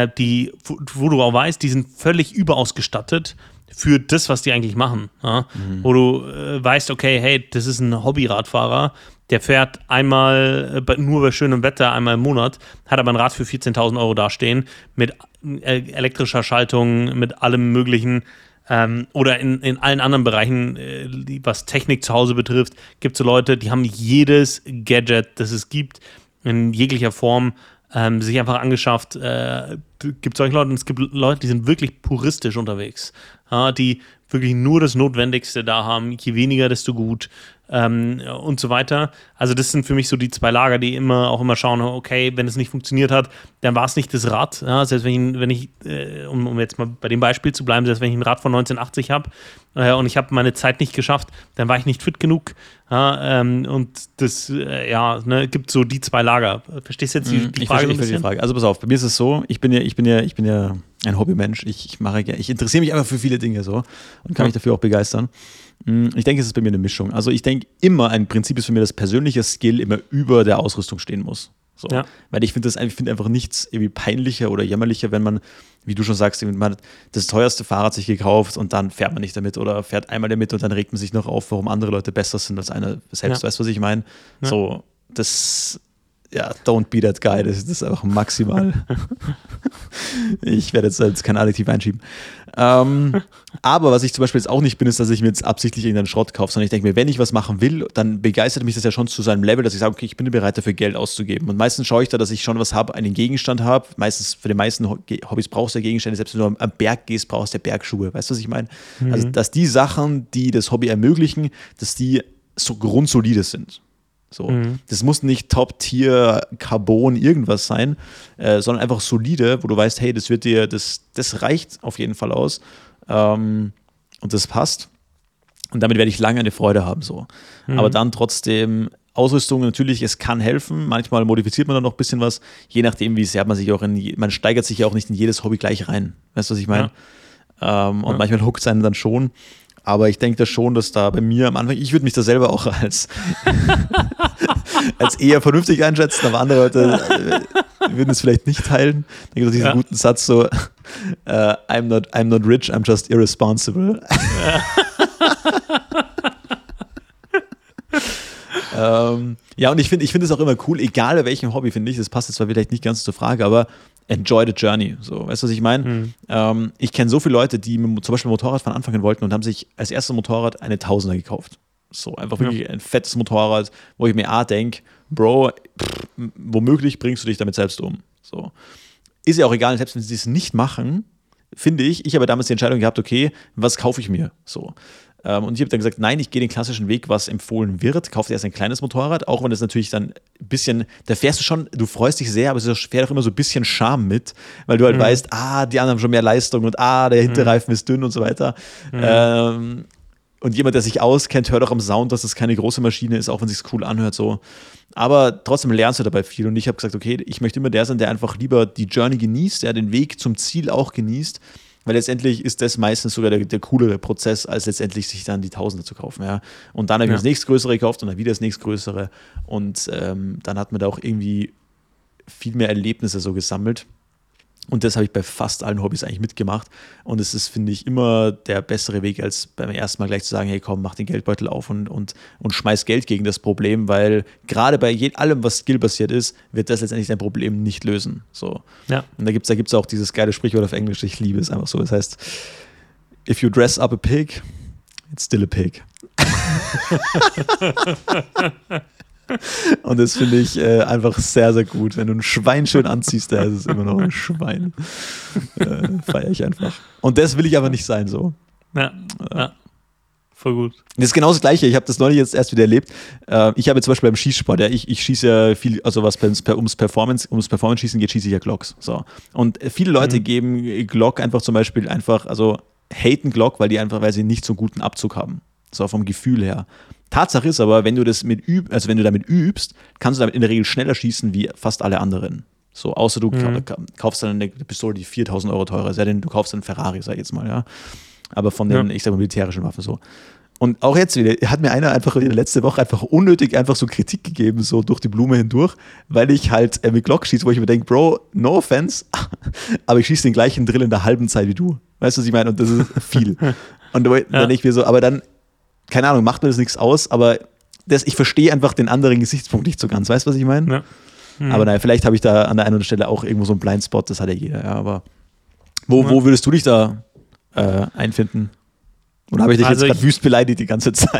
wo du auch weißt, die sind völlig überausgestattet für das, was die eigentlich machen. Ja? Wo du weißt, okay, hey, das ist ein Hobby-Radfahrer, der fährt einmal, nur bei schönem Wetter, einmal im Monat, hat aber ein Rad für 14.000 Euro dastehen, mit elektrischer Schaltung, mit allem möglichen. Oder in allen anderen Bereichen, was Technik zu Hause betrifft, gibt es so Leute, die haben jedes Gadget, das es gibt, in jeglicher Form sich einfach angeschafft. Gibt solche Leute und es gibt Leute, die sind wirklich puristisch unterwegs, die wirklich nur das Notwendigste da haben, je weniger, desto gut und so weiter. Also das sind für mich so die zwei Lager, die auch immer schauen, okay, wenn es nicht funktioniert hat, dann war es nicht das Rad. Ja, selbst wenn ich um jetzt mal bei dem Beispiel zu bleiben, selbst wenn ich ein Rad von 1980 habe und ich habe meine Zeit nicht geschafft, dann war ich nicht fit genug. Ja, und das gibt so die zwei Lager. Verstehst du jetzt die Frage? Ich verstehe die Frage. Also pass auf, bei mir ist es so, ich bin ja ein Hobbymensch. Ich interessiere mich einfach für viele Dinge so und kann mich dafür auch begeistern. Ich denke, es ist bei mir eine Mischung. Also ich denke immer, ein Prinzip ist für mich, dass persönlicher Skill immer über der Ausrüstung stehen muss. So. Ja. Weil ich finde einfach nichts irgendwie peinlicher oder jämmerlicher, wenn man, wie du schon sagst, man hat das teuerste Fahrrad sich gekauft und dann fährt man nicht damit oder fährt einmal damit und dann regt man sich noch auf, warum andere Leute besser sind als einer selbst. Weißt du, was ich meine? Ja. So, don't be that guy. Das ist einfach maximal. Ich werde jetzt kein Adjektiv einschieben. Aber was ich zum Beispiel jetzt auch nicht bin, ist, dass ich mir jetzt absichtlich irgendeinen Schrott kaufe, sondern ich denke mir, wenn ich was machen will, dann begeistert mich das ja schon zu seinem Level, dass ich sage, okay, ich bin bereit dafür Geld auszugeben. Und meistens schaue ich da, dass ich schon was habe, einen Gegenstand habe. Meistens für die meisten Hobbys brauchst du ja Gegenstände, selbst wenn du am Berg gehst, brauchst du ja Bergschuhe. Weißt du, was ich meine? Also, dass die Sachen, die das Hobby ermöglichen, dass die so grundsolide sind. So. Das muss nicht Top-Tier, Carbon, irgendwas sein, sondern einfach solide, wo du weißt, hey, das reicht auf jeden Fall aus und das passt. Und damit werde ich lange eine Freude haben. So. Aber dann trotzdem Ausrüstung, natürlich, es kann helfen. Manchmal modifiziert man dann noch ein bisschen was, je nachdem, wie sehr man sich auch man steigert sich ja auch nicht in jedes Hobby gleich rein. Weißt du, was ich meine? Ja. Und manchmal huckt es einen dann schon. Aber ich denke da schon, dass da bei mir am Anfang, ich würde mich da selber auch als eher vernünftig einschätzen, aber andere Leute würden es vielleicht nicht teilen. Da gibt es diesen guten Satz so, I'm not rich, I'm just irresponsible. Und ich finde es auch immer cool, egal bei welchem Hobby, finde ich, das passt jetzt zwar vielleicht nicht ganz zur Frage, aber enjoy the journey. So, weißt du, was ich meine? Ich kenne so viele Leute, die zum Beispiel Motorradfahren anfangen wollten und haben sich als erstes Motorrad eine Tausender gekauft. So, einfach wirklich ein fettes Motorrad, wo ich mir denke, Bro, womöglich bringst du dich damit selbst um. So. Ist ja auch egal, selbst wenn sie es nicht machen, finde ich habe damals die Entscheidung gehabt, okay, was kaufe ich mir? So. Und ich habe dann gesagt, nein, ich gehe den klassischen Weg, was empfohlen wird. Kauf dir erst ein kleines Motorrad, auch wenn das natürlich dann ein bisschen, da fährst du schon, du freust dich sehr, aber es fährt auch immer so ein bisschen Charme mit, weil du halt weißt, die anderen haben schon mehr Leistung und der Hinterreifen ist dünn und so weiter. Und jemand, der sich auskennt, hört auch am Sound, dass das keine große Maschine ist, auch wenn es sich cool anhört. So. Aber trotzdem lernst du dabei viel. Und ich habe gesagt, okay, ich möchte immer der sein, der einfach lieber die Journey genießt, der den Weg zum Ziel auch genießt. Weil letztendlich ist das meistens sogar der coolere Prozess, als letztendlich sich dann die Tausende zu kaufen. Ja. Und dann habe ich das nächstgrößere gekauft und dann wieder das nächstgrößere. Und dann hat man da auch irgendwie viel mehr Erlebnisse so gesammelt. Und das habe ich bei fast allen Hobbys eigentlich mitgemacht. Und es ist, finde ich, immer der bessere Weg, als beim ersten Mal gleich zu sagen, hey komm, mach den Geldbeutel auf und schmeiß Geld gegen das Problem, weil gerade bei allem, was skillbasiert ist, wird das letztendlich dein Problem nicht lösen. So. Ja. Und da gibt's auch dieses geile Sprichwort auf Englisch, ich liebe es einfach so. Das heißt, if you dress up a pig, it's still a pig. Und das finde ich einfach sehr, sehr gut. Wenn du ein Schwein schön anziehst, da ist es immer noch ein Schwein. Feiere ich einfach. Und das will ich aber nicht sein, so. Ja. Voll gut. Das ist genau das Gleiche. Ich habe das neulich jetzt erst wieder erlebt. Ich habe zum Beispiel beim Schießsport, ich schieße ja viel, also was ums Performance-Schießen geht, schieße ich ja Glocks. So. Und viele Leute geben Glock einfach zum Beispiel haten Glock, weil sie nicht so guten Abzug haben. So vom Gefühl her. Tatsache ist aber, wenn du damit übst, kannst du damit in der Regel schneller schießen wie fast alle anderen. So, außer du kaufst dann eine Pistole, die 4.000 Euro teurer ist. Ja, denn du kaufst einen Ferrari, sag ich jetzt mal, ja. Aber von den, ich sag mal, militärischen Waffen so. Und auch jetzt wieder, hat mir einer einfach letzte Woche einfach unnötig so Kritik gegeben, so durch die Blume hindurch, weil ich halt mit Glock schieße, wo ich mir denke, Bro, no offense, aber ich schieße den gleichen Drill in der halben Zeit wie du. Weißt du, was ich meine? Und das ist viel. Und dann denke ich mir so, aber dann, keine Ahnung, macht mir das nichts aus, aber ich verstehe einfach den anderen Gesichtspunkt nicht so ganz. Weißt du, was ich meine? Ja. Aber naja, vielleicht habe ich da an der einen oder anderen Stelle auch irgendwo so einen Blindspot, das hat ja jeder. Ja, aber wo würdest du dich da einfinden? Oder habe ich dich jetzt gerade wüst beleidigt die ganze Zeit?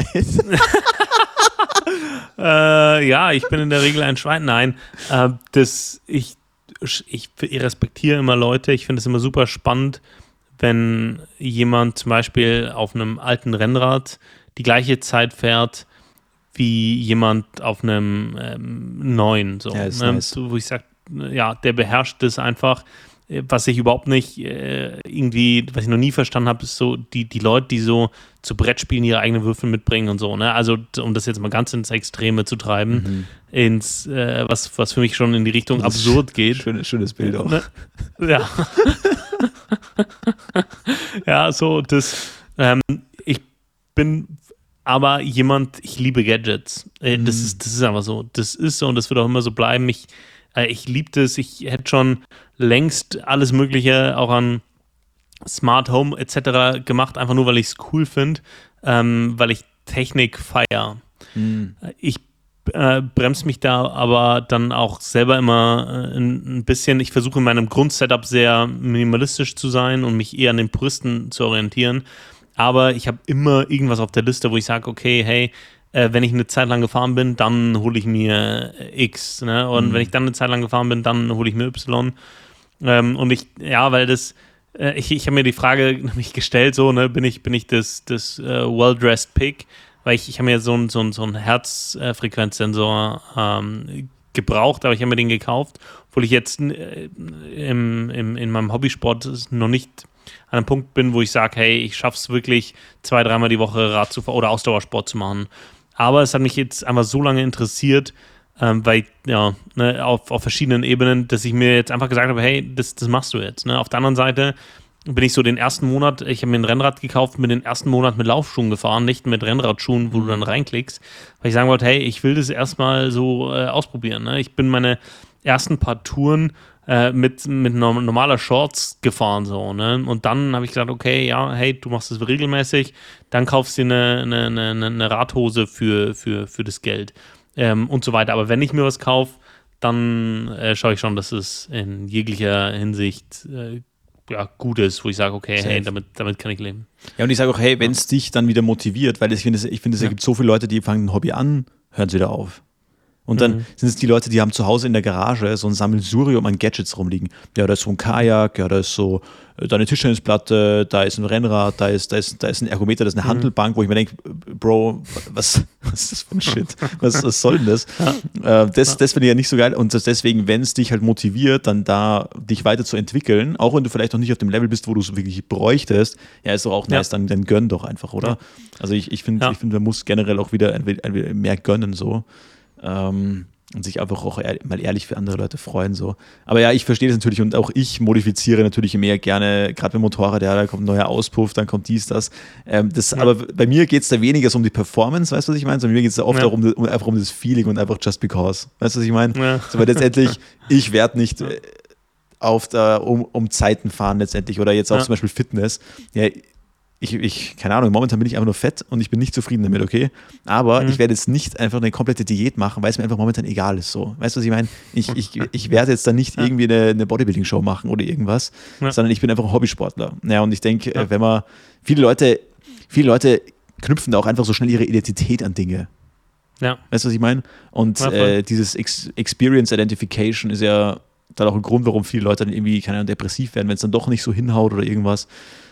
Ich bin in der Regel ein Schwein. Nein, ich respektiere immer Leute. Ich finde es immer super spannend, wenn jemand zum Beispiel auf einem alten Rennrad die gleiche Zeit fährt wie jemand auf einem neuen. So, ja, nice. Wo ich sage, ja, der beherrscht das einfach. Was ich überhaupt nicht was ich noch nie verstanden habe, ist so die Leute, die so zu Brettspielen ihre eigenen Würfel mitbringen und so. Ne? Also, um das jetzt mal ganz ins Extreme zu treiben, was für mich schon in die Richtung absurd geht. Schönes Bild auch. Ne? Ja. Ja, so, ich bin aber ich liebe Gadgets. Das ist einfach so. Das ist so und das wird auch immer so bleiben. Ich liebe das. Ich hätte schon längst alles Mögliche auch an Smart Home etc. gemacht, einfach nur, weil ich es cool finde, weil ich Technik feiere. Ich bremse mich da aber dann auch selber immer ein bisschen. Ich versuche in meinem Grundsetup sehr minimalistisch zu sein und mich eher an den Puristen zu orientieren. Aber ich habe immer irgendwas auf der Liste, wo ich sage, okay, hey, wenn ich eine Zeit lang gefahren bin, dann hole ich mir X. Ne? Und wenn ich dann eine Zeit lang gefahren bin, dann hole ich mir Y. Und ich habe mir die Frage nämlich gestellt, so, ne, bin ich das well-dressed Pig? Weil ich habe mir so einen Herzfrequenzsensor gebraucht, aber ich habe mir den gekauft, obwohl ich jetzt in meinem Hobbysport noch nicht an einem Punkt bin, wo ich sage, hey, ich schaffe es wirklich 2-3 Mal die Woche Rad zu fahren oder Ausdauersport zu machen. Aber es hat mich jetzt einfach so lange interessiert, weil auf verschiedenen Ebenen, dass ich mir jetzt einfach gesagt habe, hey, das machst du jetzt. Ne? Auf der anderen Seite bin ich so den ersten Monat, ich habe mir ein Rennrad gekauft, bin den ersten Monat mit Laufschuhen gefahren, nicht mit Rennradschuhen, wo du dann reinklickst, weil ich sagen wollte, hey, ich will das erstmal so ausprobieren. Ne? Ich bin meine ersten paar Touren mit normaler Shorts gefahren, so, ne? Und dann habe ich gesagt, okay, ja, hey, du machst das regelmäßig, dann kaufst du dir eine Radhose für das Geld und so weiter. Aber wenn ich mir was kaufe, dann schaue ich schon, dass es in jeglicher Hinsicht gut ist, wo ich sage, okay, hey, damit kann ich leben. Ja, und ich sage auch, hey, wenn es dich dann wieder motiviert, weil ich finde, es gibt so viele Leute, die fangen ein Hobby an, hören sie wieder auf. Und dann sind es die Leute, die haben zu Hause in der Garage so ein Sammelsurium an Gadgets rumliegen. Ja, da ist so ein Kajak, ja, da ist so da eine Tischtennisplatte, da ist ein Rennrad, da ist ein Ergometer, da ist eine Handelbank, wo ich mir denke, Bro, was ist das für ein Shit? Was soll denn das? Das finde ich ja nicht so geil. Und deswegen, wenn es dich halt motiviert, dann da dich weiterzuentwickeln, auch wenn du vielleicht noch nicht auf dem Level bist, wo du es wirklich bräuchtest, ja, ist doch auch nice, dann gönn doch einfach, oder? Ja. Also ich finde, man muss generell auch wieder mehr gönnen, so. Und sich einfach auch mal ehrlich für andere Leute freuen. So. Aber ja, ich verstehe das natürlich und auch ich modifiziere natürlich mehr gerne, gerade beim Motorrad, ja, da kommt ein neuer Auspuff, dann kommt dies, das. Aber bei mir geht es da weniger so um die Performance, weißt du, was ich meine? Sondern mir geht es da oft darum, einfach um das Feeling und einfach just because. Weißt du, was ich meine? Ja. So, weil letztendlich, ich werde nicht um Zeiten fahren letztendlich oder jetzt auch zum Beispiel Fitness. Ja, keine Ahnung, momentan bin ich einfach nur fett und ich bin nicht zufrieden damit, okay? Aber ich werde jetzt nicht einfach eine komplette Diät machen, weil es mir einfach momentan egal ist, so. Weißt du, was ich meine? Ich werde jetzt dann nicht irgendwie eine Bodybuilding-Show machen oder irgendwas, sondern ich bin einfach ein Hobbysportler. Ja, und ich denke, wenn man, viele Leute knüpfen da auch einfach so schnell ihre Identität an Dinge. Ja. Weißt du, was ich meine? Und dieses Experience Identification ist ja dann auch ein Grund, warum viele Leute dann irgendwie, keine Ahnung, depressiv werden, wenn es dann doch nicht so hinhaut oder irgendwas.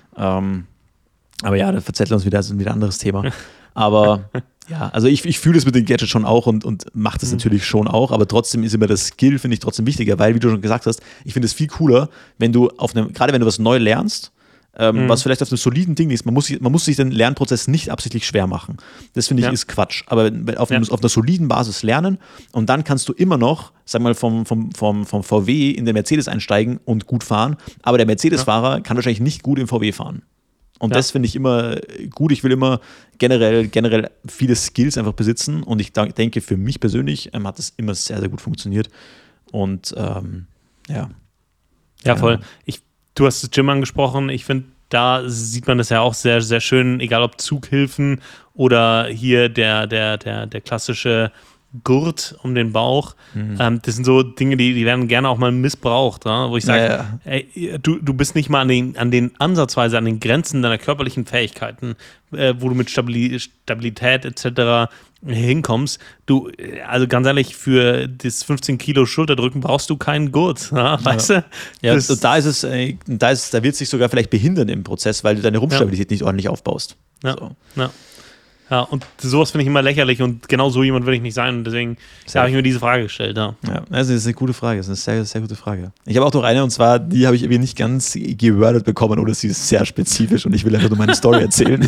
Aber ja, da verzetteln wir uns wieder, das ist wieder ein anderes Thema. Aber ja, also ich fühle das mit den Gadgets schon auch und mache das natürlich schon auch, aber trotzdem ist immer das Skill, finde ich, trotzdem wichtiger, weil, wie du schon gesagt hast, ich finde es viel cooler, wenn du gerade wenn du was neu lernst, was vielleicht auf einem soliden Ding ist, man muss sich den Lernprozess nicht absichtlich schwer machen. Das finde ich ist Quatsch. Aber auf einer soliden Basis lernen und dann kannst du immer noch, sag mal, vom VW in den Mercedes einsteigen und gut fahren, aber der Mercedes-Fahrer kann wahrscheinlich nicht gut im VW fahren. Und das finde ich immer gut. Ich will immer generell viele Skills einfach besitzen. Und ich denke, für mich persönlich hat das immer sehr, sehr gut funktioniert. Und ja. Ja, voll. Du hast das Gym angesprochen. Ich finde, da sieht man das ja auch sehr, sehr schön, egal ob Zughilfen oder hier der klassische Gurt um den Bauch. Das sind so Dinge, die werden gerne auch mal missbraucht, ja? Wo ich sage, ey, du bist nicht mal an den ansatzweise an den Grenzen deiner körperlichen Fähigkeiten, wo du mit Stabilität etc. hinkommst. Also ganz ehrlich, für das 15 Kilo Schulterdrücken brauchst du keinen Gurt, ja? Weißt du? Ja, und da wird es sich sogar vielleicht behindern im Prozess, weil du deine Rumpfstabilität nicht ordentlich aufbaust. Ja, so. Ja, und sowas finde ich immer lächerlich und genau so jemand will ich nicht sein und deswegen habe ich mir diese Frage gestellt. Ja, also das ist eine gute Frage, das ist eine sehr, sehr gute Frage. Ich habe auch noch eine und zwar, die habe ich irgendwie nicht ganz gewordet bekommen oder sie ist sehr spezifisch und ich will einfach nur meine Story erzählen.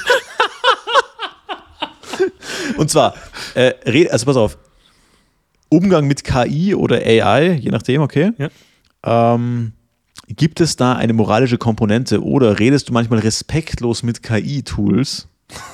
Und zwar, also pass auf, Umgang mit KI oder AI, je nachdem, okay. Ja. Gibt es da eine moralische Komponente oder redest du manchmal respektlos mit KI-Tools?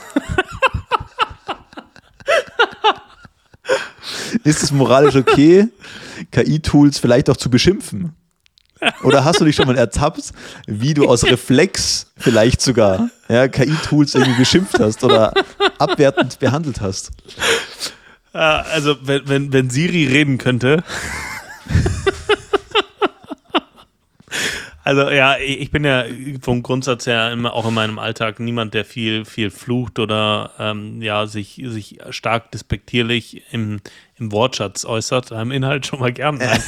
Ist es moralisch okay, KI-Tools vielleicht auch zu beschimpfen? Oder hast du dich schon mal ertappt, wie du aus Reflex vielleicht sogar KI-Tools irgendwie beschimpft hast oder abwertend behandelt hast? Also, wenn Siri reden könnte. Also ja, ich bin ja vom Grundsatz her immer auch in meinem Alltag niemand, der viel flucht oder sich stark despektierlich im Wortschatz äußert. Im Inhalt schon mal gern. Nein.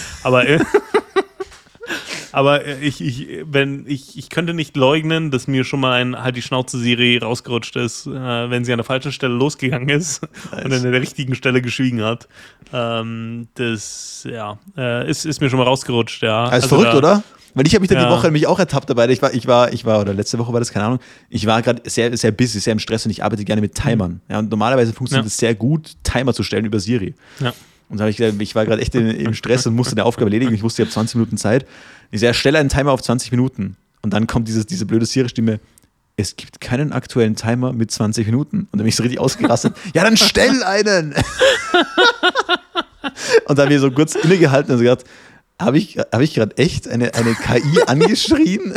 Aber ich könnte nicht leugnen, dass mir schon mal ein Halt die Schnauze Siri rausgerutscht ist, wenn sie an der falschen Stelle losgegangen ist und an der richtigen Stelle geschwiegen hat. Das ist mir schon mal rausgerutscht, ja. Also verrückt, oder? Weil ich habe mich dann die Woche nämlich auch ertappt dabei. Ich war, oder letzte Woche war das, keine Ahnung, ich war gerade sehr, sehr busy, sehr im Stress und ich arbeite gerne mit Timern. Ja, und normalerweise funktioniert es sehr gut, Timer zu stellen über Siri. Ja. Und da habe ich gedacht, ich war gerade echt im Stress und musste eine Aufgabe erledigen. Ich wusste, ich habe 20 Minuten Zeit. Ich sage, stelle einen Timer auf 20 Minuten. Und dann kommt diese blöde Siri-Stimme, es gibt keinen aktuellen Timer mit 20 Minuten. Und dann bin ich so richtig ausgerastet. Ja, dann stell einen! Und dann habe ich so kurz innegehalten und so gedacht, habe ich gerade echt eine KI angeschrien?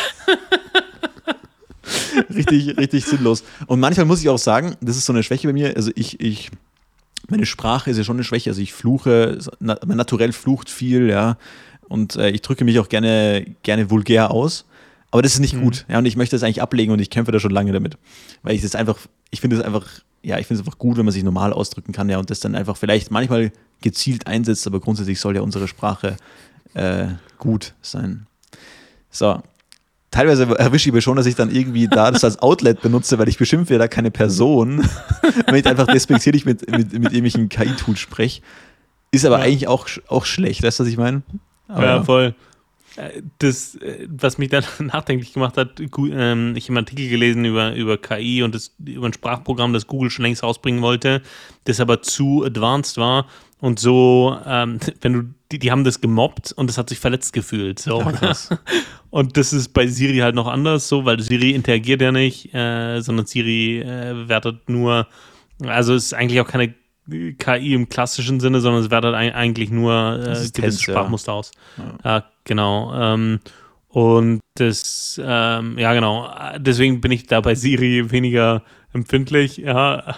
richtig sinnlos. Und manchmal muss ich auch sagen, das ist so eine Schwäche bei mir, also meine Sprache ist ja schon eine Schwäche, also ich fluche, mein Naturell flucht viel, ja, und ich drücke mich auch gerne vulgär aus, aber das ist nicht gut, ja, und ich möchte das eigentlich ablegen und ich kämpfe da schon lange damit, weil ich finde es einfach ja, ich finde es einfach gut, wenn man sich normal ausdrücken kann, ja, und das dann einfach vielleicht manchmal gezielt einsetzt, aber grundsätzlich soll ja unsere Sprache gut sein. So. Teilweise erwische ich mir schon, dass ich dann irgendwie da das als Outlet benutze, weil ich beschimpfe ja da keine Person, wenn ich einfach despektierlich mit irgendwelchen KI-Tools spreche. Ist aber eigentlich auch schlecht, weißt du, was ich meine? Ja, voll. Das, was mich dann nachdenklich gemacht hat, ich habe einen Artikel gelesen über KI und über ein Sprachprogramm, das Google schon längst rausbringen wollte, das aber zu advanced war und so, wenn die haben das gemobbt und das hat sich verletzt gefühlt. So. Ja, und das ist bei Siri halt noch anders so, weil Siri interagiert ja nicht, sondern Siri wertet nur, also es ist eigentlich auch keine KI im klassischen Sinne, sondern es wertet eigentlich nur gewisse Sprachmuster aus. Ja, genau. Und das, ja genau, deswegen bin ich da bei Siri weniger empfindlich. Ja,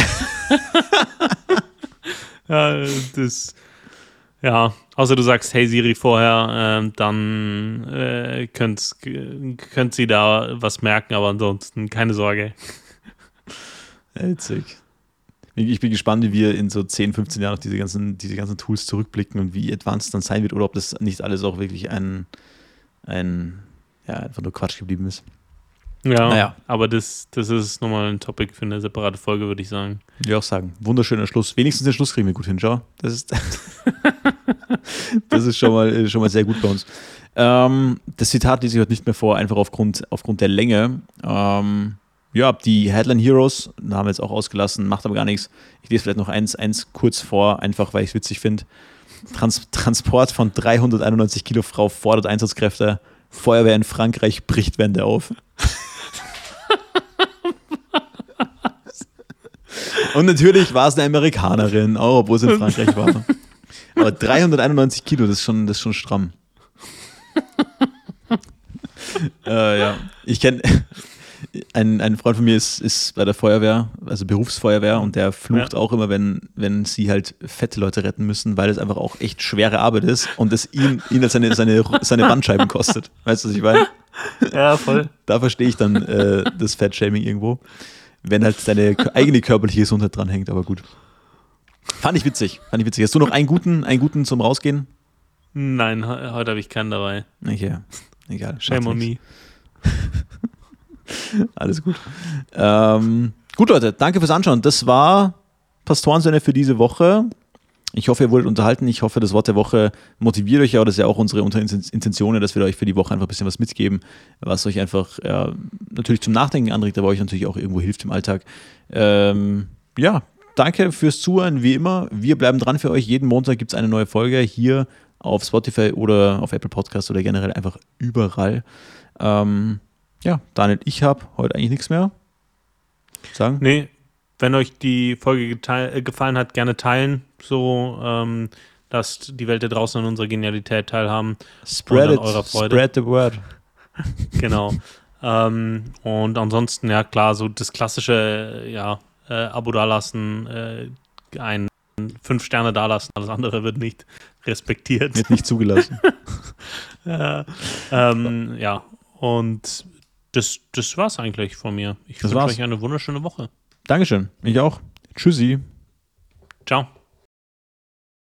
ja, außer du sagst, hey Siri vorher, dann könnt sie da was merken, aber ansonsten keine Sorge. Witzig. Ich bin gespannt, wie wir in so 10, 15 Jahren auf diese ganzen Tools zurückblicken und wie advanced dann sein wird oder ob das nicht alles auch wirklich einfach nur Quatsch geblieben ist. Ja, naja. Aber das ist nochmal ein Topic für eine separate Folge, würde ich sagen. Würde ich auch sagen. Wunderschöner Schluss. Wenigstens den Schluss kriegen wir gut hin, schau. Das ist schon mal sehr gut bei uns. Das Zitat lese ich heute nicht mehr vor, einfach aufgrund der Länge. Ja, die Headline Heroes, da haben wir jetzt auch ausgelassen, macht aber gar nichts. Ich lese vielleicht noch eins kurz vor, einfach weil ich es witzig finde. Transport von 391 Kilo Frau fordert Einsatzkräfte. Feuerwehr in Frankreich bricht Wände auf. Und natürlich war es eine Amerikanerin, auch obwohl es in Frankreich war. Aber 391 Kilo, das ist schon stramm. Ja, ich kenne... Ein Freund von mir ist bei der Feuerwehr, also Berufsfeuerwehr, und der flucht auch immer, wenn sie halt fette Leute retten müssen, weil es einfach auch echt schwere Arbeit ist und es ihn halt seine Bandscheiben kostet. Weißt du, was ich meine? Ja, voll. Da verstehe ich dann das Fettshaming irgendwo, wenn halt seine eigene körperliche Gesundheit dranhängt, aber gut. Fand ich witzig. Hast du noch einen guten zum Rausgehen? Nein, heute habe ich keinen dabei. Okay, egal. Shame on me. Alles gut. Gut, Leute, danke fürs Anschauen. Das war Pastorensöhne für diese Woche. Ich hoffe, ihr wurdet unterhalten. Ich hoffe, das Wort der Woche motiviert euch auch. Das ist ja auch unsere Intention, dass wir euch für die Woche einfach ein bisschen was mitgeben, was euch einfach natürlich zum Nachdenken anregt, aber euch natürlich auch irgendwo hilft im Alltag. Ja, danke fürs Zuhören, wie immer. Wir bleiben dran für euch. Jeden Montag gibt es eine neue Folge hier auf Spotify oder auf Apple Podcasts oder generell einfach überall. Ja, Daniel, ich habe heute eigentlich nichts mehr sagen. Nee, wenn euch die Folge gefallen hat, gerne teilen, so dass die Welt da draußen an unserer Genialität teilhaben. Spread und it, an eurer Freude. Spread the word. Genau. Und ansonsten, ja klar, so das klassische, Abo dalassen, ein 5 Sterne dalassen, alles andere wird nicht respektiert. Wird nicht zugelassen. Ja, und das war's eigentlich von mir. Ich wünsche euch eine wunderschöne Woche. Dankeschön. Ich auch. Tschüssi. Ciao.